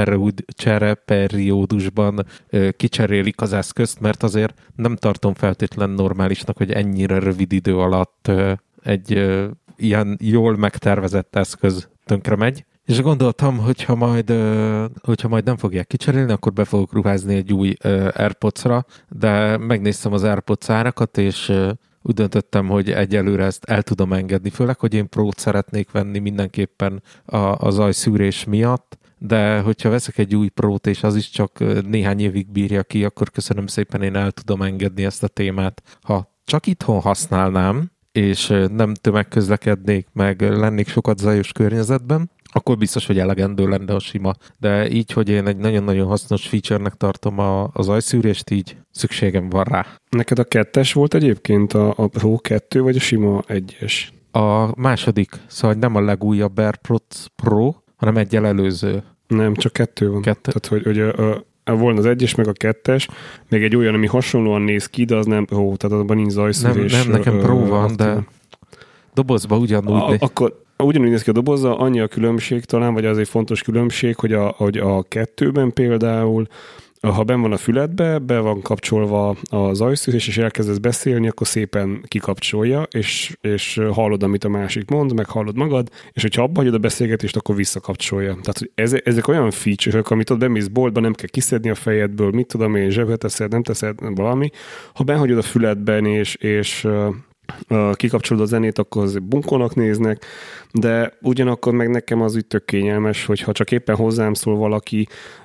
csereperiódusban kicserélik az eszközt, mert azért nem tartom feltétlen normálisnak, hogy ennyire rövid idő alatt egy ilyen jól megtervezett eszköz tönkre megy. És gondoltam, hogyha majd, hogyha majd nem fogják kicserélni, akkor be fogok ruházni egy új AirPods-ra, de megnéztem az AirPods árakat, és úgy döntöttem, hogy egyelőre ezt el tudom engedni, főleg, hogy én Pro-t szeretnék venni mindenképpen a, a zajszűrés miatt, de hogyha veszek egy új Pro-t, és az is csak néhány évig bírja ki, akkor köszönöm szépen, én el tudom engedni ezt a témát. Ha csak itthon használnám, és nem tömegközlekednék, meg lennék sokat zajos környezetben, akkor biztos, hogy elegendő lenne a sima. De így, hogy én egy nagyon-nagyon hasznos feature-nek tartom a, a zajszűrést, így szükségem van rá. Neked a kettes volt egyébként a, a Pro kettő, vagy a sima egyes? A második, szóval nem a legújabb AirPods Pro, hanem egyel előző. Nem, csak kettő van. Kettő. Tehát, hogy, hogy a, a, volna az egyes, meg a kettes, még egy olyan, ami hasonlóan néz ki, de az nem Pro, tehát abban nincs zajszűrés. Nem, nem nekem Pro van, de dobozba ugyanúgy. A, akkor ugyanúgy néz ki a dobozza, annyi a különbség talán, vagy az egy fontos különbség, hogy a, hogy a kettőben például, ha benn van a füledbe, be van kapcsolva a zajszűrés, és elkezdesz beszélni, akkor szépen kikapcsolja, és, és hallod, amit a másik mond, meg hallod magad, és hogyha abba hagyod a beszélgetést, akkor visszakapcsolja. Tehát hogy ez, ezek olyan feature-ök, amit ott bemész boltba, nem kell kiszedni a fejedből, mit tudom én, zsebbe teszed, nem teszed, valami. Ha benhagyod a füledben, és, és kikapcsolod a zenét, akkor azért bunkolnak néznek, de ugyanakkor meg nekem az úgy tök kényelmes, hogyha csak éppen hozzám szól valaki,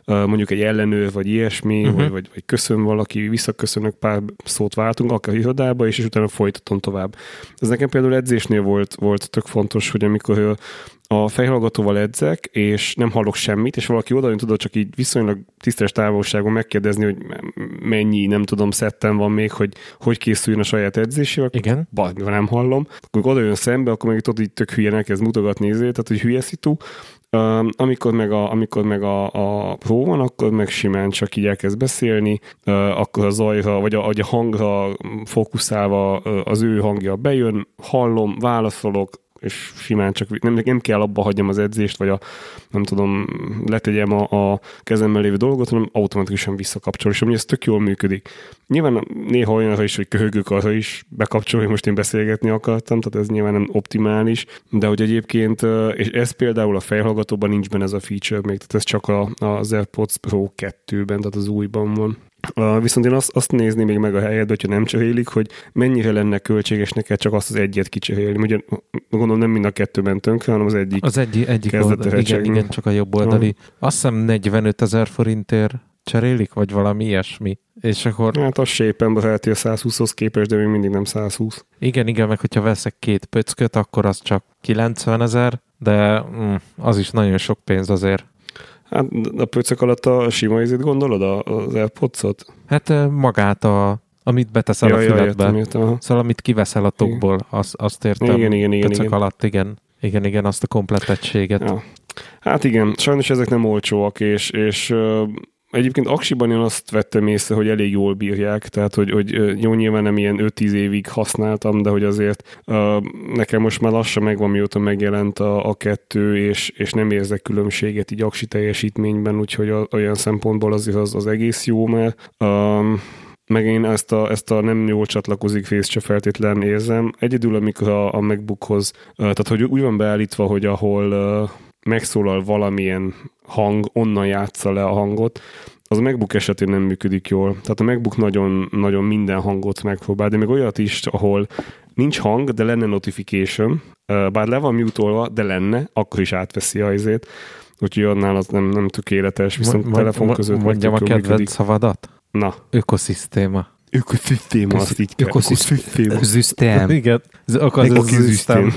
mondjuk egy ellenőr, vagy ilyesmi, uh-huh. vagy, vagy, vagy köszön valaki, visszaköszönök, pár szót váltunk, akár irodába, és, és utána folytatom tovább. Ez nekem például edzésnél volt, volt tök fontos, hogy amikor a fejhallgatóval edzek, és nem hallok semmit, és valaki odajön, tudod csak így viszonylag tisztes távolságon megkérdezni, hogy mennyi, nem tudom, szettem van még, hogy hogy készüljön a saját edzésével. Igen. Baj, nem hallom. Akkor odajön szembe, akkor meg tudod így tök hülyen elkezd mutogatni ezért, tehát hogy hülye szitu. Uh, amikor meg, a, amikor meg a, a pró van, akkor meg simán csak így elkezd beszélni, uh, akkor a zajra, vagy a, vagy a hangra fókuszálva uh, az ő hangja bejön, hallom, válaszolok, és simán csak nem, nem kell abba hagyjam az edzést, vagy a, nem tudom, letegyem a, a kezemmel lévő dolgot, hanem automatikusan visszakapcsol, és ami ez tök jól működik. Nyilván néha olyanra is, hogy köhögök, arra is bekapcsol, hogy most én beszélgetni akartam, tehát ez nyilván nem optimális, de hogy egyébként, és ez például a fejhallgatóban nincs benne ez a feature még, tehát ez csak a, az AirPods Pro kettőben, tehát az újban van. Uh, viszont én azt, azt nézni még meg a helyet, hogyha nem cserélik, hogy mennyire lenne költséges neked csak azt az egyet kicserélni. Ugye gondolom nem mind a kettőben tönkre, hanem az egyik. Az egy, egyik oldal, igen, igen, csak a jobb oldali. Uh. Azt hiszem negyvenötezer forintért cserélik, vagy valami ilyesmi. És akkor... Hát az sépen eltér százhúszhoz képest, de még mindig nem százhúsz. Igen, igen, meg hogyha veszek két pöcköt, akkor az csak kilencvenezer, de mm, az is nagyon sok pénz azért. Hát a pöcök alatt a sima ízét gondolod, az AirPods-ot? Hát magát, a, amit beteszel ja, a füledbe. Ja, értem, értem. Szóval amit kiveszel a tokból, az, azt értem. Igen, igen, igen. Pöcök igen. alatt, igen. Igen, igen, azt a komplet egységet. Ja. Hát igen, sajnos ezek nem olcsóak, és, és uh, egyébként aksiban én azt vettem észre, hogy elég jól bírják, tehát hogy, hogy jó, nyilván nem ilyen öt-tíz évig használtam, de hogy azért uh, nekem most már lassan megvan, mióta megjelent a, a kettő, és, és nem érzek különbséget így aksi teljesítményben, úgyhogy a, olyan szempontból azért az, az egész jó, mert um, meg én ezt a, ezt a nem jól csatlakozik részt se feltétlen érzem. Egyedül, amikor a, a MacBookhoz, uh, tehát hogy úgy van beállítva, hogy ahol uh, megszólal valamilyen hang, onnan játsza le a hangot, az a MacBook esetén nem működik jól. Tehát a MacBook nagyon, nagyon minden hangot megpróbál, de még olyat is, ahol nincs hang, de lenne notification, bár le van mute-olva, de lenne, akkor is átveszi a izét. Úgyhogy annál az nem, nem tökéletes, viszont a telefon között mondjam a kedvenc szavadat? Na. Ökoszisztéma. Ökoszisztéma, azt így kell. Ökoszisztém. Igen, ökoszisztém.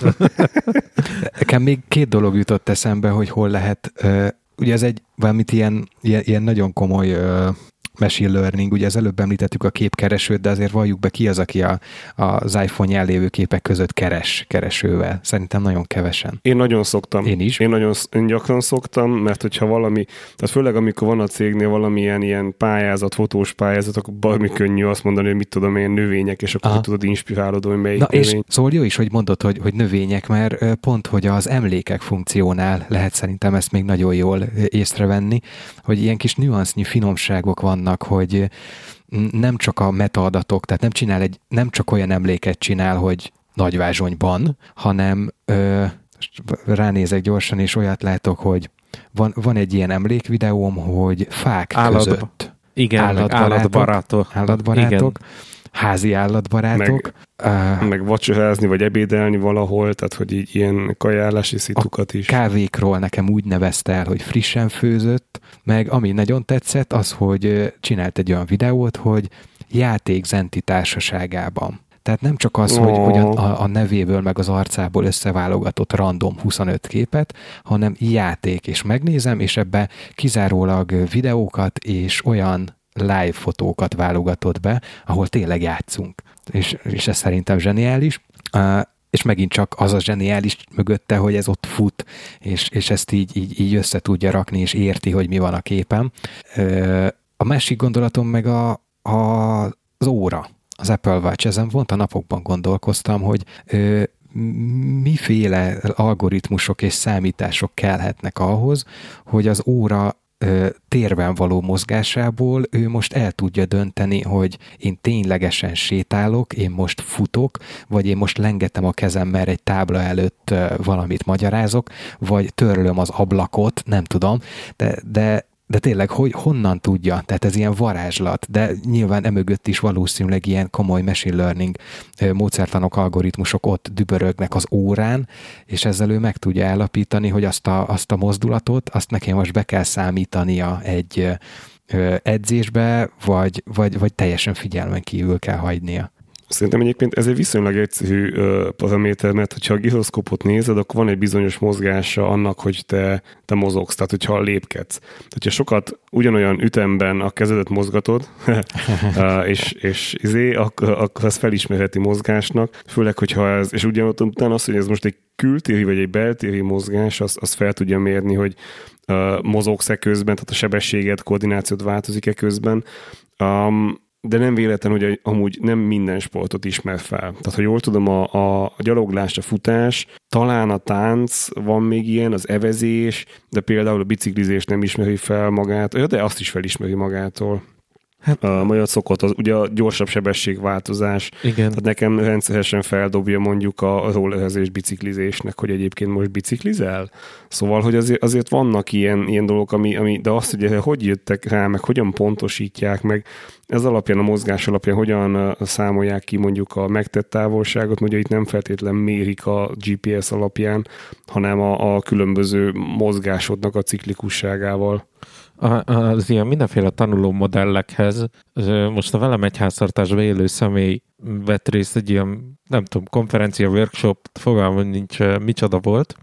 Nekem még két dolog jutott eszembe, hogy hol lehet, uh, ugye ez egy valamit ilyen, ilyen, ilyen nagyon komoly uh, machine learning, ugye az előbb említettük a képkeresőt, de azért valljuk be, ki az, aki a, az iPhone-ján lévő képek között keres keresővel. Szerintem nagyon kevesen. Én nagyon szoktam. Én is. Én nagyon én gyakran szoktam, mert hogyha valami, tehát főleg amikor van a cégnél valamilyen ilyen pályázat, fotós pályázat, akkor bármi könnyű azt mondani, hogy mit tudom én, növények, és akkor tudod inspirálódni, hogy melyik Na növény. És szóval jó is, hogy mondod, hogy, hogy növények, mert pont, hogy az emlékek funkciónál lehet szerintem ezt még nagyon jól észrevenni, hogy ilyen kis nüansznyi finomságok vannak, hogy nem csak a metaadatok, tehát nem csinál egy, nem csak olyan emléket csinál, hogy nagyvázsonyban, hanem ö, ránézek gyorsan, és olyat látok, hogy van, van egy ilyen emlékvideóm, hogy fák Állat, között igen, állatbarátok, állatbarátok, állatbarátok igen. házi állatbarátok. Meg, uh, meg vacsorázni, vagy ebédelni valahol, tehát hogy így ilyen kajálási szitukat is. Kávékról nekem úgy nevezte el, hogy frissen főzött, meg ami nagyon tetszett, az, hogy csinált egy olyan videót, hogy játék Zenti társaságában. Tehát nem csak az, oh. hogy, hogy a, a nevéből meg az arcából összeválogatott random huszonöt képet, hanem játék, és megnézem, és ebbe kizárólag videókat és olyan live fotókat válogatott be, ahol tényleg játszunk. És, és ez szerintem zseniális. Uh, és megint csak az a zseniális mögötte, hogy ez ott fut, és, és ezt így, így, így össze tudja rakni, és érti, hogy mi van a képen. Uh, a másik gondolatom meg a, a, az óra, az Apple Watch. Ezen pont a napokban gondolkoztam, hogy uh, miféle algoritmusok és számítások kellhetnek ahhoz, hogy az óra térben való mozgásából ő most el tudja dönteni, hogy én ténylegesen sétálok, én most futok, vagy én most lengetem a kezem, mert egy tábla előtt valamit magyarázok, vagy törlöm az ablakot, nem tudom, de, de de tényleg, hogy honnan tudja? Tehát ez ilyen varázslat, de nyilván emögött is valószínűleg ilyen komoly machine learning módszertanok, algoritmusok ott dübörögnek az órán, és ezzel ő meg tudja állapítani, hogy azt a, azt a mozdulatot, azt nekem most be kell számítania egy edzésbe, vagy, vagy, vagy teljesen figyelmen kívül kell hagynia. Szerintem egyébként ez egy viszonylag egyszerű uh, paraméter, mert ha a giroszkópot nézed, akkor van egy bizonyos mozgása annak, hogy te, te mozogsz, tehát hogyha lépkedsz. Tehát ha sokat ugyanolyan ütemben a kezedet mozgatod, uh, és, és izé, akkor, akkor ez felismerheti mozgásnak, főleg, hogyha ez, és ugyanott utána az, hogy ez most egy kültéri vagy egy beltéri mozgás, az, az fel tudja mérni, hogy uh, mozogsz-e közben, tehát a sebességed, koordinációd változik-e közben. Um, De nem véletlen, hogy amúgy nem minden sportot ismer fel. Tehát, ha jól tudom, a, a, a gyaloglás, a futás, talán a tánc van még ilyen, az evezés, de például a biciklizés nem ismeri fel magát, de azt is felismeri magától. Hát, a magyar szokott, az, ugye a gyorsabb sebességváltozás. Igen. Tehát nekem rendszeresen feldobja mondjuk a rollerezés biciklizésnek, hogy egyébként most biciklizel. Szóval, hogy azért, azért vannak ilyen, ilyen dolgok, ami, ami, de azt, hogy hogy jöttek rá, meg hogyan pontosítják meg, ez alapján, a mozgás alapján hogyan számolják ki mondjuk a megtett távolságot, ugye itt nem feltétlen mérik a gé pé es alapján, hanem a, a különböző mozgásodnak a ciklikusságával. Az ilyen mindenféle tanuló modellekhez, most a velem egy háztartásban élő személy vett részt egy ilyen, nem tudom, konferencia, workshop, fogalmam nincs, micsoda volt,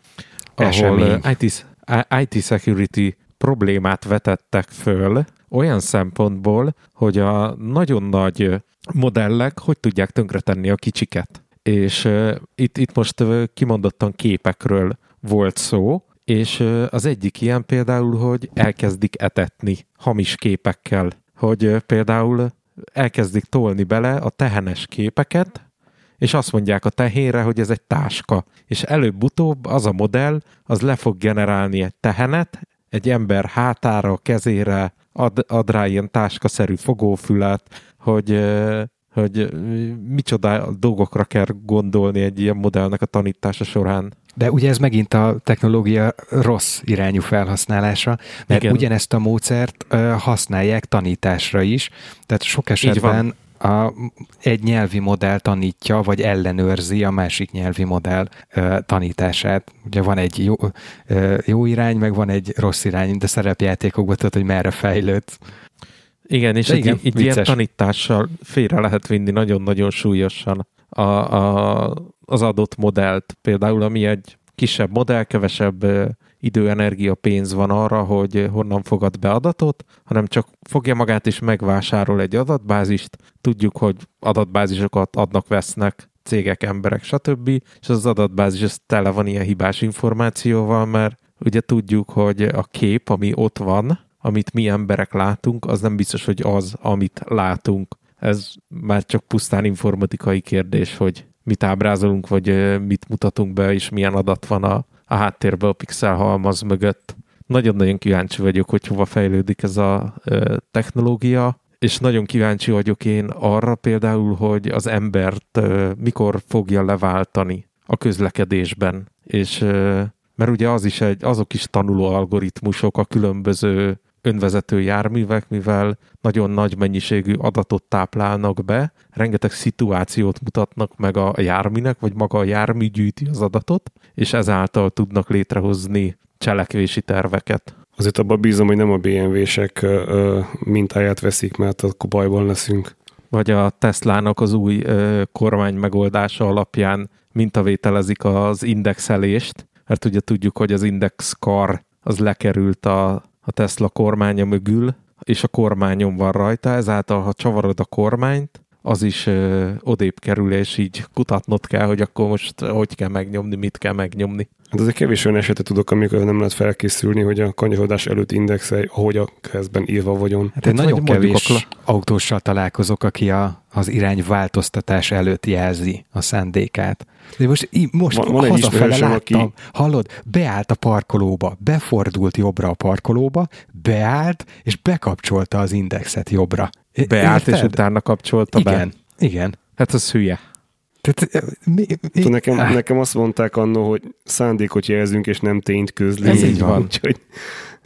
ahol i té, i té security problémát vetettek föl, olyan szempontból, hogy a nagyon nagy modellek hogy tudják tönkretenni a kicsiket. És uh, itt, itt most uh, kimondottan képekről volt szó, és uh, az egyik ilyen például, hogy elkezdik etetni hamis képekkel, hogy uh, például elkezdik tolni bele a tehenes képeket, és azt mondják a tehénre, hogy ez egy táska. És előbb-utóbb az a modell, az le fog generálni egy tehenet, egy ember hátára, kezére, ad, ad rá ilyen táskaszerű fogófület, hogy, hogy micsoda dolgokra kell gondolni egy ilyen modellnek a tanítása során. De ugye ez megint a technológia rossz irányú felhasználása, mert igen, ugyanezt a módszert uh, használják tanításra is, tehát sok esetben a, egy nyelvi modell tanítja, vagy ellenőrzi a másik nyelvi modell uh, tanítását. Ugye van egy jó, uh, jó irány, meg van egy rossz irány, de szerepjátékokban tudod, hogy merre fejlődsz. Igen, és igen, így ilyen tanítással félre lehet vinni nagyon-nagyon súlyosan a, a, az adott modellt. Például, ami egy kisebb modell, kevesebb uh, idő, energia, pénz van arra, hogy honnan fogad be adatot, hanem csak fogja magát és megvásárol egy adatbázist. Tudjuk, hogy adatbázisokat adnak, vesznek cégek, emberek, stb. És az adatbázis az tele van ilyen hibás információval, mert ugye tudjuk, hogy a kép, ami ott van, amit mi emberek látunk, az nem biztos, hogy az, amit látunk. Ez már csak pusztán informatikai kérdés, hogy mit ábrázolunk, vagy mit mutatunk be, és milyen adat van a, a háttérben a pixel halmaz mögött. Nagyon-nagyon kíváncsi vagyok, hogy hova fejlődik ez a ö, technológia, és nagyon kíváncsi vagyok én arra például, hogy az embert ö, mikor fogja leváltani a közlekedésben. És ö, mert ugye az is egy, azok is tanuló algoritmusok, a különböző önvezető járművek, mivel nagyon nagy mennyiségű adatot táplálnak be, rengeteg szituációt mutatnak meg a járműnek, vagy maga a jármű gyűjti az adatot, és ezáltal tudnak létrehozni cselekvési terveket. Azért abban bízom, hogy nem a bé em vé-sek ö, mintáját veszik, mert akkor bajban leszünk. Vagy a Teslának az új ö, kormány megoldása alapján mintavételezik az indexelést, mert ugye tudjuk, hogy az index kar az lekerült a a Tesla kormánya mögül, és a kormányon van rajta, ezáltal, ha csavarod a kormányt, az is ö, odébb kerül, és így kutatnod kell, hogy akkor most hogy kell megnyomni, mit kell megnyomni. Hát azért kevés olyan esetet tudok, amikor nem lehet felkészülni, hogy a kanyarodás előtt indexelj, ahogy a keresztben írva vagyon. Hát, hát nagyon kevés a... autóssal találkozok, aki a, az irányváltoztatás előtt jelzi a szándékát. De most, most van, van hazafele láttam, aki... hallod, beállt a parkolóba, befordult jobbra a parkolóba, beállt, és bekapcsolta az indexet jobbra. Beállt, érted? És utána kapcsolta igen, be. Igen, igen. Hát az hülye. Tehát, mi, mi? Nekem, nekem azt mondták annól, hogy szándékot jelzünk, és nem tényt közlünk. Ez így van. Úgyhogy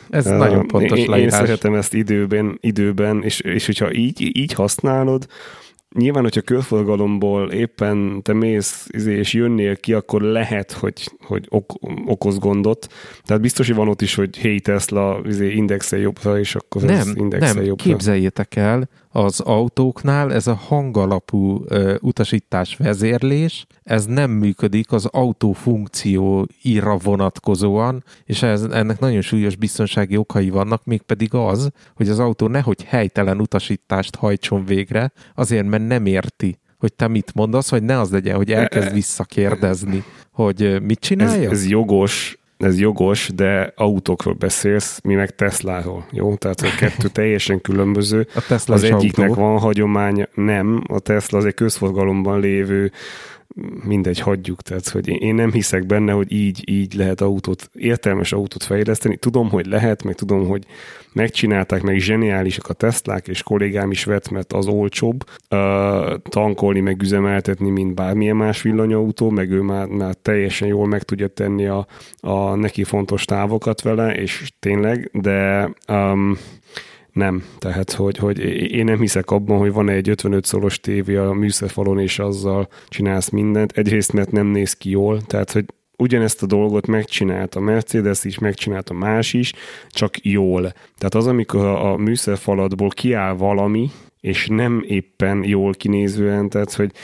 Ez uh, nagyon pontos én, leírás. Én szeretem ezt időben, időben és, és hogyha így, így használod, nyilván, hogyha körforgalomból éppen te mész és jönnél ki, akkor lehet, hogy, hogy ok, okoz gondot. Tehát biztos, hogy van ott is, hogy hey Tesla, indexel jobbra, és akkor nem, ez indexel nem, jobbra. Képzeljétek el, az autóknál ez a hangalapú uh, utasítás vezérlés, ez nem működik az autó funkcióira vonatkozóan, és ez, ennek nagyon súlyos biztonsági okai vannak, mégpedig az, hogy az autó nehogy helytelen utasítást hajtson végre, azért, mert nem érti, hogy te mit mondasz, vagy ne az legyen, hogy elkezd visszakérdezni, hogy mit csinálja. Ez, ez jogos, ez jogos, de autókról beszélsz, mi meg Tesláról, jó? Tehát a kettő teljesen különböző. A Tesla az egyiknek autó. Van hagyománya, nem, a Tesla az egy közforgalomban lévő, mindegy, hagyjuk, tehát hogy én nem hiszek benne, hogy így, így lehet autót, értelmes autót fejleszteni. Tudom, hogy lehet, meg tudom, hogy megcsinálták, meg zseniálisak a Teslák, és kollégám is vett, mert az olcsóbb uh, tankolni, meg üzemeltetni, mint bármilyen más villanyautó, meg ő már, már teljesen jól meg tudja tenni a, a neki fontos távokat vele, és tényleg, de um, nem, tehát hogy, hogy én nem hiszek abban, hogy van egy ötvenöt szoros tévé a műszerfalon, és azzal csinálsz mindent. Egyrészt, mert nem néz ki jól, tehát hogy ugyanezt a dolgot megcsinált a Mercedes is, megcsinált a más is, csak jól. Tehát az, amikor a műszerfaladból kiáll valami, és nem éppen jól kinézően, tehát hogy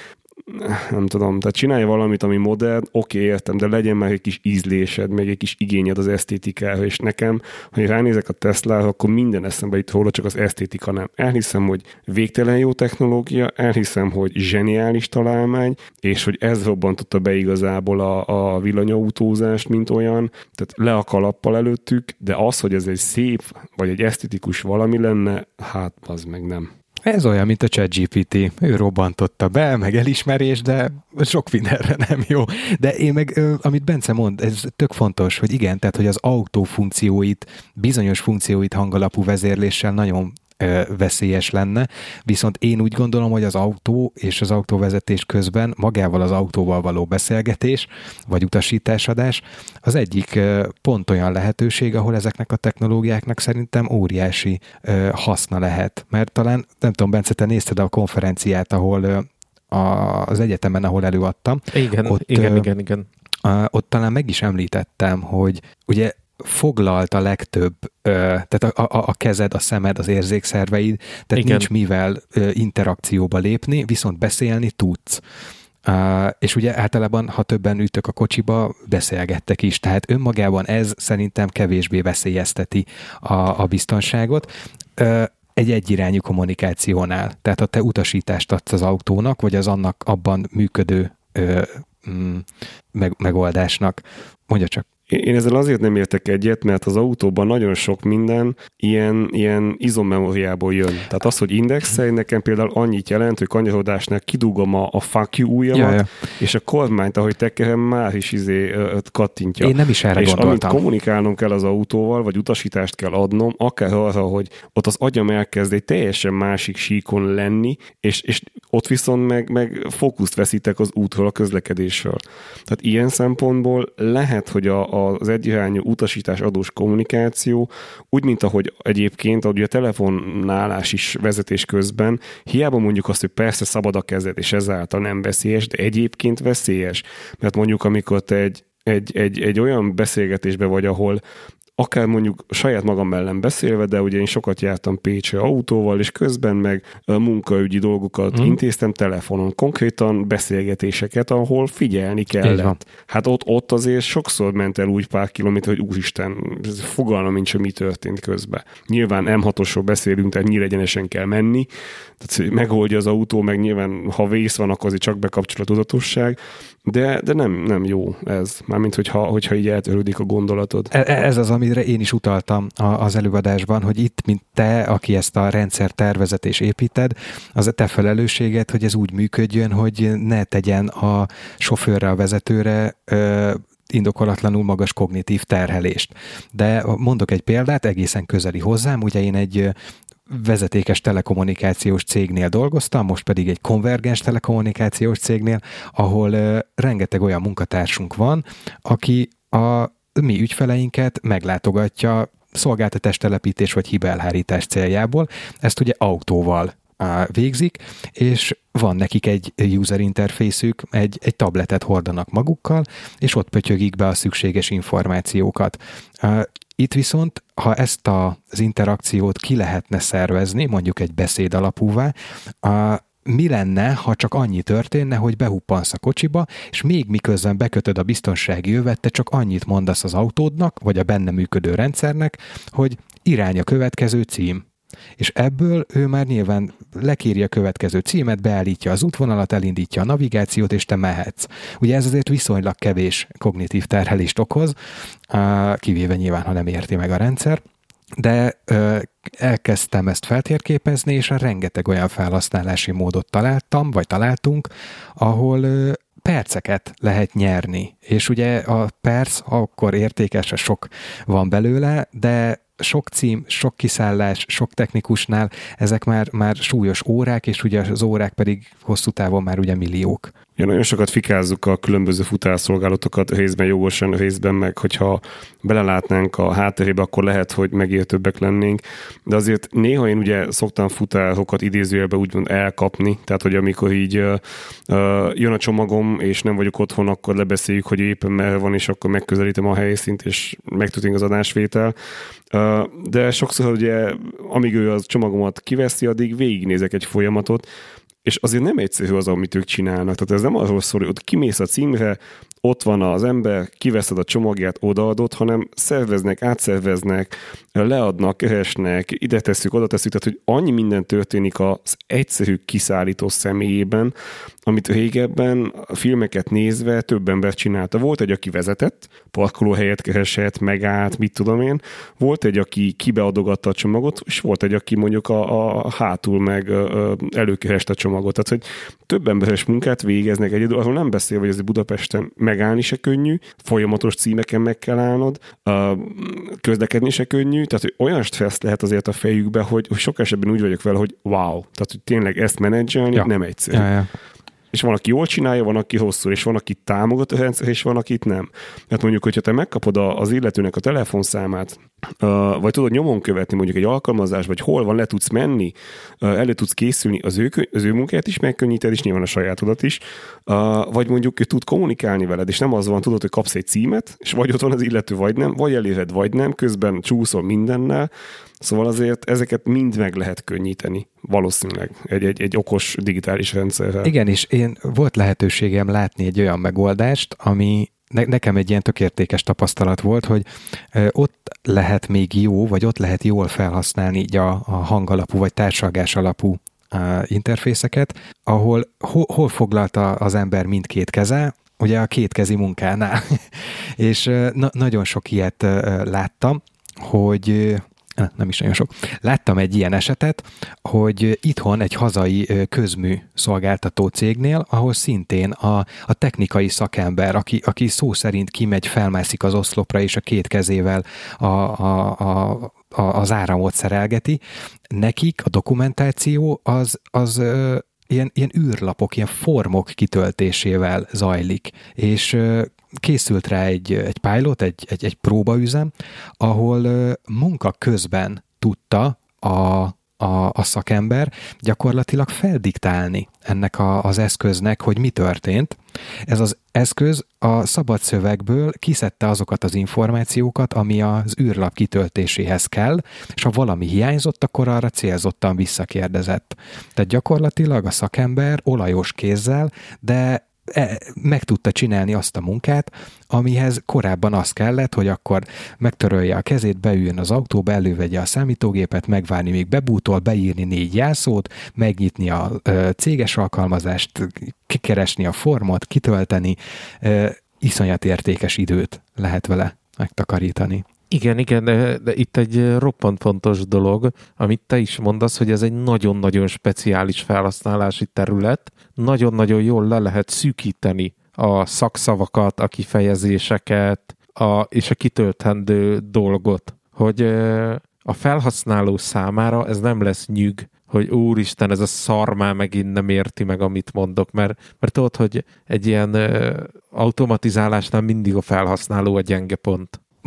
nem tudom, tehát csinálj valamit, ami modern, oké, értem, de legyen már egy kis ízlésed, meg egy kis igényed az esztétikára, és nekem, ha én ránézek a Teslára, akkor minden eszembe jut róla, csak az esztétika nem. Elhiszem, hogy végtelen jó technológia, elhiszem, hogy zseniális találmány, és hogy ez robbantotta be igazából a, a villanyautózást, mint olyan, tehát le a kalappal előttük, de az, hogy ez egy szép, vagy egy esztetikus valami lenne, hát az meg nem. Ez olyan, mint a ChatGPT. Ő robbantotta be, meg elismerés, de sok mindenre nem jó. De én meg, amit Bence mond, ez tök fontos, hogy igen, tehát, hogy az autó funkcióit, bizonyos funkcióit hangalapú vezérléssel nagyon veszélyes lenne, viszont én úgy gondolom, hogy az autó és az autóvezetés közben magával az autóval való beszélgetés, vagy utasításadás az egyik pont olyan lehetőség, ahol ezeknek a technológiáknak szerintem óriási haszna lehet. Mert talán, nem tudom, Bence, te nézted a konferenciát, ahol az egyetemen, ahol előadtam. Igen, ott, igen, igen, igen. Ott talán meg is említettem, hogy ugye foglalt a legtöbb, tehát a, a, a kezed, a szemed, az érzékszerveid, tehát igen. Nincs mivel interakcióba lépni, viszont beszélni tudsz. Uh, és ugye általában, ha többen ültök a kocsiba, beszélgettek is, tehát önmagában ez szerintem kevésbé veszélyezteti a, a biztonságot. Uh, egy egyirányú kommunikációnál, tehát ha te utasítást adsz az autónak, vagy az annak abban működő uh, meg, megoldásnak. Mondja csak. Én ezzel azért nem értek egyet, mert az autóban nagyon sok minden ilyen, ilyen izommemóriából jön. Tehát az, hogy indexelj, nekem például annyit jelent, hogy kanyarodásnál kidugom a, a fuck you ujjamat, ja, ja. és a kormányt, ahogy tekerem, már is izé kattintja. Én nem is erre és gondoltam. És amit kommunikálnom kell az autóval, vagy utasítást kell adnom, akár arra, hogy ott az agyam elkezd egy teljesen másik síkon lenni, és, és ott viszont meg, meg fókuszt veszítek az útról, a közlekedésről. Tehát ilyen szempontból lehet, hogy a, az egyirányú utasítás adós kommunikáció, úgy, mint ahogy egyébként, ahogy a telefonnálás is vezetés közben, hiába mondjuk azt, hogy persze szabad a kezed, és ezáltal nem veszélyes, de egyébként veszélyes. Mert mondjuk, amikor te egy, egy, egy, egy olyan beszélgetésbe vagy, ahol akár mondjuk saját magam ellen beszélve, de ugye én sokat jártam Pécsre autóval, és közben meg munkaügyi dolgokat mm. intéztem telefonon, konkrétan beszélgetéseket, ahol figyelni kellett. Hát ott, ott azért sokszor ment el úgy pár kilométer, hogy úristen, fogalmam nincs, hogy mi történt közben. Nyilván em hatosról beszélünk, tehát nyíregyenesen kell menni, tehát megoldja az autó, meg nyilván, ha vész van, akkor azért csak bekapcsol a tudatosság, de, de nem, nem jó ez. Mármint, hogyha, hogyha így eltörődik a gondolatod. Ez az, amire én is utaltam az előadásban, hogy itt, mint te, aki ezt a rendszer tervezet és építed, az a te felelősséged, hogy ez úgy működjön, hogy ne tegyen a sofőrre, a vezetőre ö, indokolatlanul magas kognitív terhelést. De mondok egy példát, egészen közeli hozzám, ugye én egy vezetékes telekommunikációs cégnél dolgoztam, most pedig egy konvergens telekommunikációs cégnél, ahol uh, rengeteg olyan munkatársunk van, aki a mi ügyfeleinket meglátogatja szolgáltatástelepítés vagy hibaelhárítás céljából. Ezt ugye autóval végzik, és van nekik egy user interfészük, egy, egy tabletet hordanak magukkal, és ott pötyögik be a szükséges információkat. Itt viszont, ha ezt az interakciót ki lehetne szervezni, mondjuk egy beszéd alapúvá, mi lenne, ha csak annyi történne, hogy behuppansz a kocsiba, és még miközben bekötöd a biztonsági övet, te csak annyit mondasz az autódnak, vagy a benne működő rendszernek, hogy irány a következő cím. És ebből ő már nyilván lekírja a következő címet, beállítja az útvonalat, elindítja a navigációt, és te mehetsz. Ugye ez azért viszonylag kevés kognitív terhelést okoz, kivéve nyilván, ha nem érti meg a rendszer, de elkezdtem ezt feltérképezni, és rengeteg olyan felhasználási módot találtam, vagy találtunk, ahol perceket lehet nyerni. És ugye a perc akkor értékes, sok van belőle, de sok cím, sok kiszállás, sok technikusnál ezek már, már súlyos órák, és ugye az órák pedig hosszú távon már ugye milliók. Ja, nagyon sokat fikázzuk a különböző futárszolgálatokat, részben jogosan, részben meg, hogyha belelátnánk a hátterébe, akkor lehet, hogy megértőbbek lennénk, de azért néha én ugye szoktam futárokat idézőjelbe úgymond elkapni, tehát hogy amikor így uh, uh, jön a csomagom, és nem vagyok otthon, akkor lebeszéljük, hogy éppen merre van, és akkor megközelítem a helyszínt, és megtörténik az adásvétel. Uh, de sokszor ugye, amíg ő a csomagomat kiveszi, addig végignézek egy folyamatot, és azért nem egyszerű az, amit ők csinálnak. Tehát ez nem arról szól, hogy ott kimész a címre, ott van az ember, kiveszed a csomagját, odaadod, hanem szerveznek, átszerveznek, leadnak, keresnek, ide tesszük, oda tesszük, tehát hogy annyi minden történik az egyszerű kiszállító személyében, amit régebben a filmeket nézve több ember csinálta. Volt egy, aki vezetett, parkolóhelyet keresett, megállt, mit tudom én, volt egy, aki kibeadogatta a csomagot, és volt egy, aki mondjuk a, a hátul meg előkereste a csomagot. Tehát, hogy több emberes munkát végeznek egyedül, arról nem beszél, hogy ez Budapesten megállni se könnyű, folyamatos címeken meg kell állnod, közlekedni se könnyű, tehát hogy olyan stressz lehet azért a fejükbe, hogy, hogy sok esetben úgy vagyok vele, hogy wow, tehát hogy tényleg ezt menedzselni ja. nem egyszerű. Ja, ja. És van, aki jól csinálja, van, aki rosszul, és van, aki támogat a rendszer, és van, akit nem. Hát mondjuk, hogyha te megkapod az illetőnek a telefonszámát, vagy tudod nyomon követni mondjuk egy alkalmazás, vagy hol van, le tudsz menni, elő tudsz készülni, az ő, az ő munkáját is megkönnyíted, és nyilván a sajátodat is, vagy mondjuk ő tud kommunikálni veled, és nem az van, tudod, hogy kapsz egy címet, és vagy ott van az illető, vagy nem, vagy eléred, vagy nem, közben csúszol mindennel. Szóval azért ezeket mind meg lehet könnyíteni, valószínűleg, egy, egy, egy okos digitális rendszerrel. Igen, és én volt lehetőségem látni egy olyan megoldást, ami ne, nekem egy ilyen tök értékes tapasztalat volt, hogy ö, ott lehet még jó, vagy ott lehet jól felhasználni így a, a hangalapú, vagy társalgás alapú ö, interfészeket, ahol hol, hol foglalta az ember mindkét keze, ugye a kétkezi munkánál. és ö, na, nagyon sok ilyet ö, láttam, hogy... nem is nagyon sok. Láttam egy ilyen esetet, hogy itthon egy hazai közmű szolgáltató cégnél, ahol szintén a, a technikai szakember, aki, aki szó szerint kimegy, felmászik az oszlopra, és a két kezével a, a, a, a, az áramot szerelgeti, nekik a dokumentáció az, az ilyen, ilyen űrlapok, ilyen formok kitöltésével zajlik, és készült rá egy, egy pilot, egy, egy, egy próbaüzem, ahol munka közben tudta a, a, a szakember gyakorlatilag feldiktálni ennek a, az eszköznek, hogy mi történt. Ez az eszköz a szabad szövegből kiszedte azokat az információkat, ami az űrlap kitöltéséhez kell, és ha valami hiányzott, akkor arra célzottan visszakérdezett. Tehát gyakorlatilag a szakember olajos kézzel, de meg tudta csinálni azt a munkát, amihez korábban az kellett, hogy akkor megtörölje a kezét, beüljön az autóba, elővegye a számítógépet, megvárni, még bebútol, beírni négy jelszót, megnyitni a ö, céges alkalmazást, kikeresni a formot, kitölteni, ö, iszonyat értékes időt lehet vele megtakarítani. Igen, igen, de, de itt egy roppant fontos dolog, amit te is mondasz, hogy ez egy nagyon-nagyon speciális felhasználási terület, nagyon-nagyon jól le lehet szűkíteni a szakszavakat, a kifejezéseket a, és a kitöltendő dolgot, hogy a felhasználó számára ez nem lesz nyűg, hogy úristen, ez a szar már megint nem érti meg, amit mondok, mert, mert tudod, hogy egy ilyen automatizálásnál mindig a felhasználó a gyenge pont.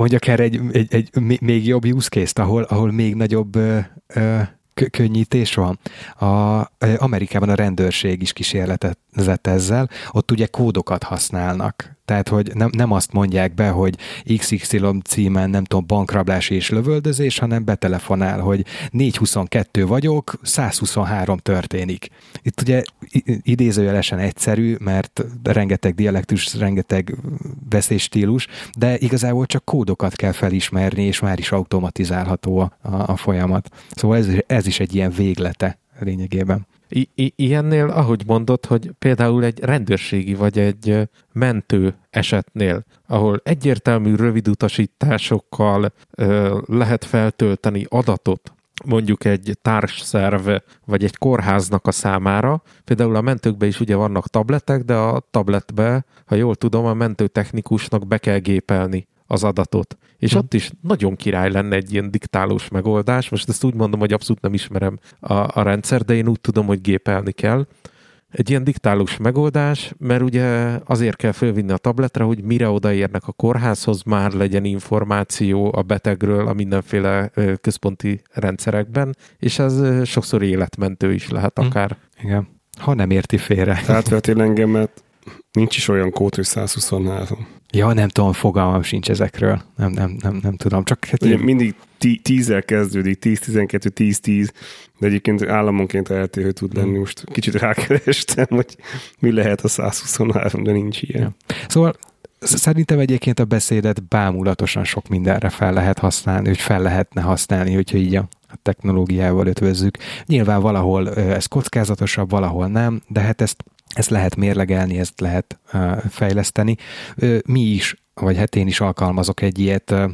mondjak erre egy, egy, egy még jobb use case-t, ahol, ahol még nagyobb ö, ö, könnyítés van. A, Amerikában a rendőrség is kísérletezett ezzel, ott ugye kódokat használnak. Tehát, hogy nem, nem azt mondják be, hogy iksz iksz ipszilon címen, nem tudom, bankrablás és lövöldözés, hanem betelefonál, hogy négyszázhuszonkettő vagyok, százhuszonhárom történik. Itt ugye idézőjelesen egyszerű, mert rengeteg dialektus, rengeteg veszélystílus, de igazából csak kódokat kell felismerni, és már is automatizálható a, a folyamat. Szóval ez, ez is egy ilyen véglete lényegében. I- I- ilyennél, ahogy mondod, hogy például egy rendőrségi vagy egy mentő esetnél, ahol egyértelmű rövid utasításokkal ö, lehet feltölteni adatot, mondjuk egy társszerv vagy egy kórháznak a számára. Például a mentőkben is ugye vannak tabletek, de a tabletbe, ha jól tudom, a mentőtechnikusnak be kell gépelni az adatot. És ott is nagyon király lenne egy ilyen diktálós megoldás. Most ezt úgy mondom, hogy abszolút nem ismerem a, a rendszer, de én úgy tudom, hogy gépelni kell. Egy ilyen diktálós megoldás, mert ugye azért kell fölvinni a tabletre, hogy mire odaérnek a kórházhoz, már legyen információ a betegről a mindenféle központi rendszerekben, és ez sokszor életmentő is lehet akár. Igen. Ha nem érti félre. Átvertél engemet, nincs is olyan kód, hogy százhuszonhárom. Ja, nem tudom, fogalmam sincs ezekről. Nem, nem, nem, nem tudom. Csak hát ugye mindig tí- tízzel kezdődik, tíz tizenkettő, tíz tíz, de egyébként államonként eltérő tud lenni. Most kicsit rákerestem, hogy mi lehet a százhuszonhárom, de nincs ilyen. Ja. Szóval szerintem egyébként a beszédet bámulatosan sok mindenre fel lehet használni, hogy fel lehetne használni, hogyha így a a technológiával ötvözzük. Nyilván valahol ez kockázatosabb, valahol nem, de hát ezt, ezt lehet mérlegelni, ezt lehet uh, fejleszteni. Uh, mi is, vagy hát én is alkalmazok egy ilyet, uh,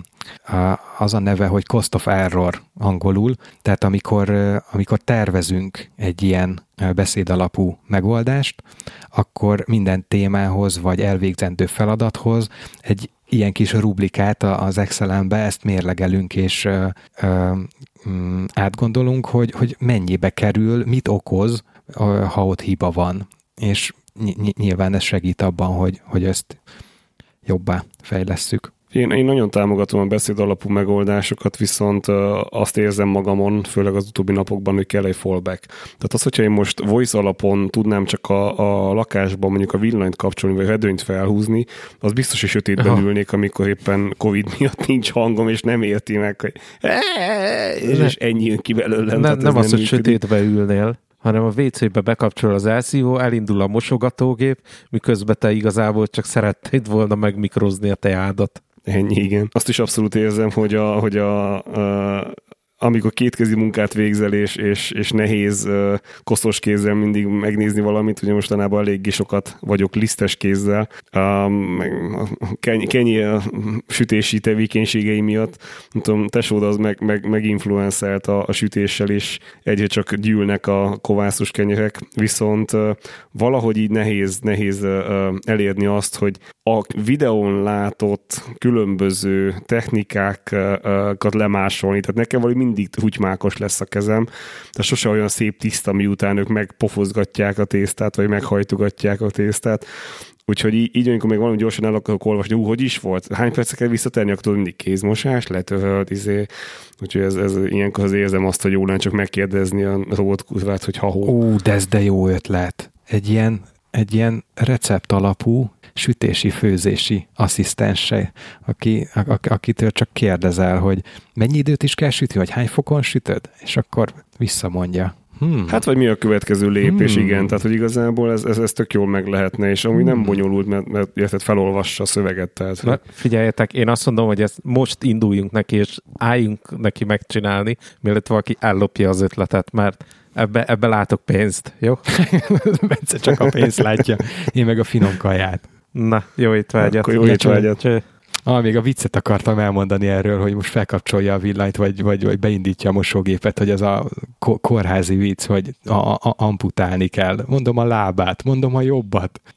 az a neve, hogy cost of error angolul, tehát amikor, uh, amikor tervezünk egy ilyen uh, beszédalapú megoldást, akkor minden témához, vagy elvégzendő feladathoz egy ilyen kis rublikát az Excelenbe, ezt mérlegelünk, és ö, ö, átgondolunk, hogy, hogy mennyibe kerül, mit okoz, ha ott hiba van. És ny- nyilván ez segít abban, hogy, hogy ezt jobbá fejlesszük. Én, én nagyon támogatom a beszéd alapú megoldásokat, viszont uh, azt érzem magamon, főleg az utóbbi napokban, hogy kell egy fallback. Tehát az, hogyha én most voice alapon tudnám csak a, a lakásban mondjuk a villanyt kapcsolni, vagy a redőnyt felhúzni, az biztos, hogy sötétben Aha. ülnék, amikor éppen Covid miatt nincs hangom, és nem érti meg, hogy és, és ennyi jön ki belőlem. Nem, nem az, hogy sötétben ülnél, hanem a vé cébe bekapcsol az elszívó, elindul a mosogatógép, miközben te igazából csak szerettéd volna megmikrozni a teádat. Ennyi, igen. Azt is abszolút érzem, hogy, a, hogy a, a, amikor kétkezi munkát végzel, és, és, és nehéz uh, koszos kézzel mindig megnézni valamit, ugye mostanában eléggé sokat vagyok lisztes kézzel, um, keny, kenyi a sütési tevékenységei miatt, nem tudom, tesód az meg, meg, meginfluenszelt a, a sütéssel, és egyre csak gyűlnek a kovászos kenyerek, viszont uh, valahogy így nehéz, nehéz uh, elérni azt, hogy a videón látott különböző technikákat lemásolni, tehát nekem valahogy mindig húgymákos lesz a kezem, de sose olyan szép tiszta, miután ők megpofozgatják a tésztát, vagy meghajtogatják a tésztát. Úgyhogy így, így amikor még valami gyorsan el akarok olvasni, ú, hogy is volt? Hány percet kell visszatérni, akkor tudod, mindig kézmosás, letörölt, izé. Úgyhogy ez, ez ilyenkor az érzem azt, hogy jó lenne csak megkérdezni a robotkurvát, hogy ha hol. Ó, de ez de jó ötlet. Egy ilyen, egy ilyen recept alapú sütési, főzési asszisztense, aki, akitől csak kérdezel, hogy mennyi időt is kell sütni, vagy hány fokon sütöd, és akkor visszamondja. Hmm. Hát vagy mi a következő lépés, hmm. igen, tehát hogy igazából ez, ez, ez tök jól meg lehetne, és ami hmm. nem bonyolult, mert, mert érted, felolvassa a szöveget. Tehát, Na, figyeljetek, én azt mondom, hogy ezt most induljunk neki, és álljunk neki megcsinálni, mielőtt valaki ellopja az ötletet, mert Ebbe, ebbe látok pénzt, jó? Bence csak a pénzt látja, én meg a finom kaját. Na, jó étvágyat. Akkor jó étvágyat. Ah, még a viccet akartam elmondani erről, hogy most felkapcsolja a villanyt, vagy, vagy, vagy beindítja a mosógépet, hogy az a kórházi vicc, hogy a, a, amputálni kell. Mondom a lábát, mondom a jobbat.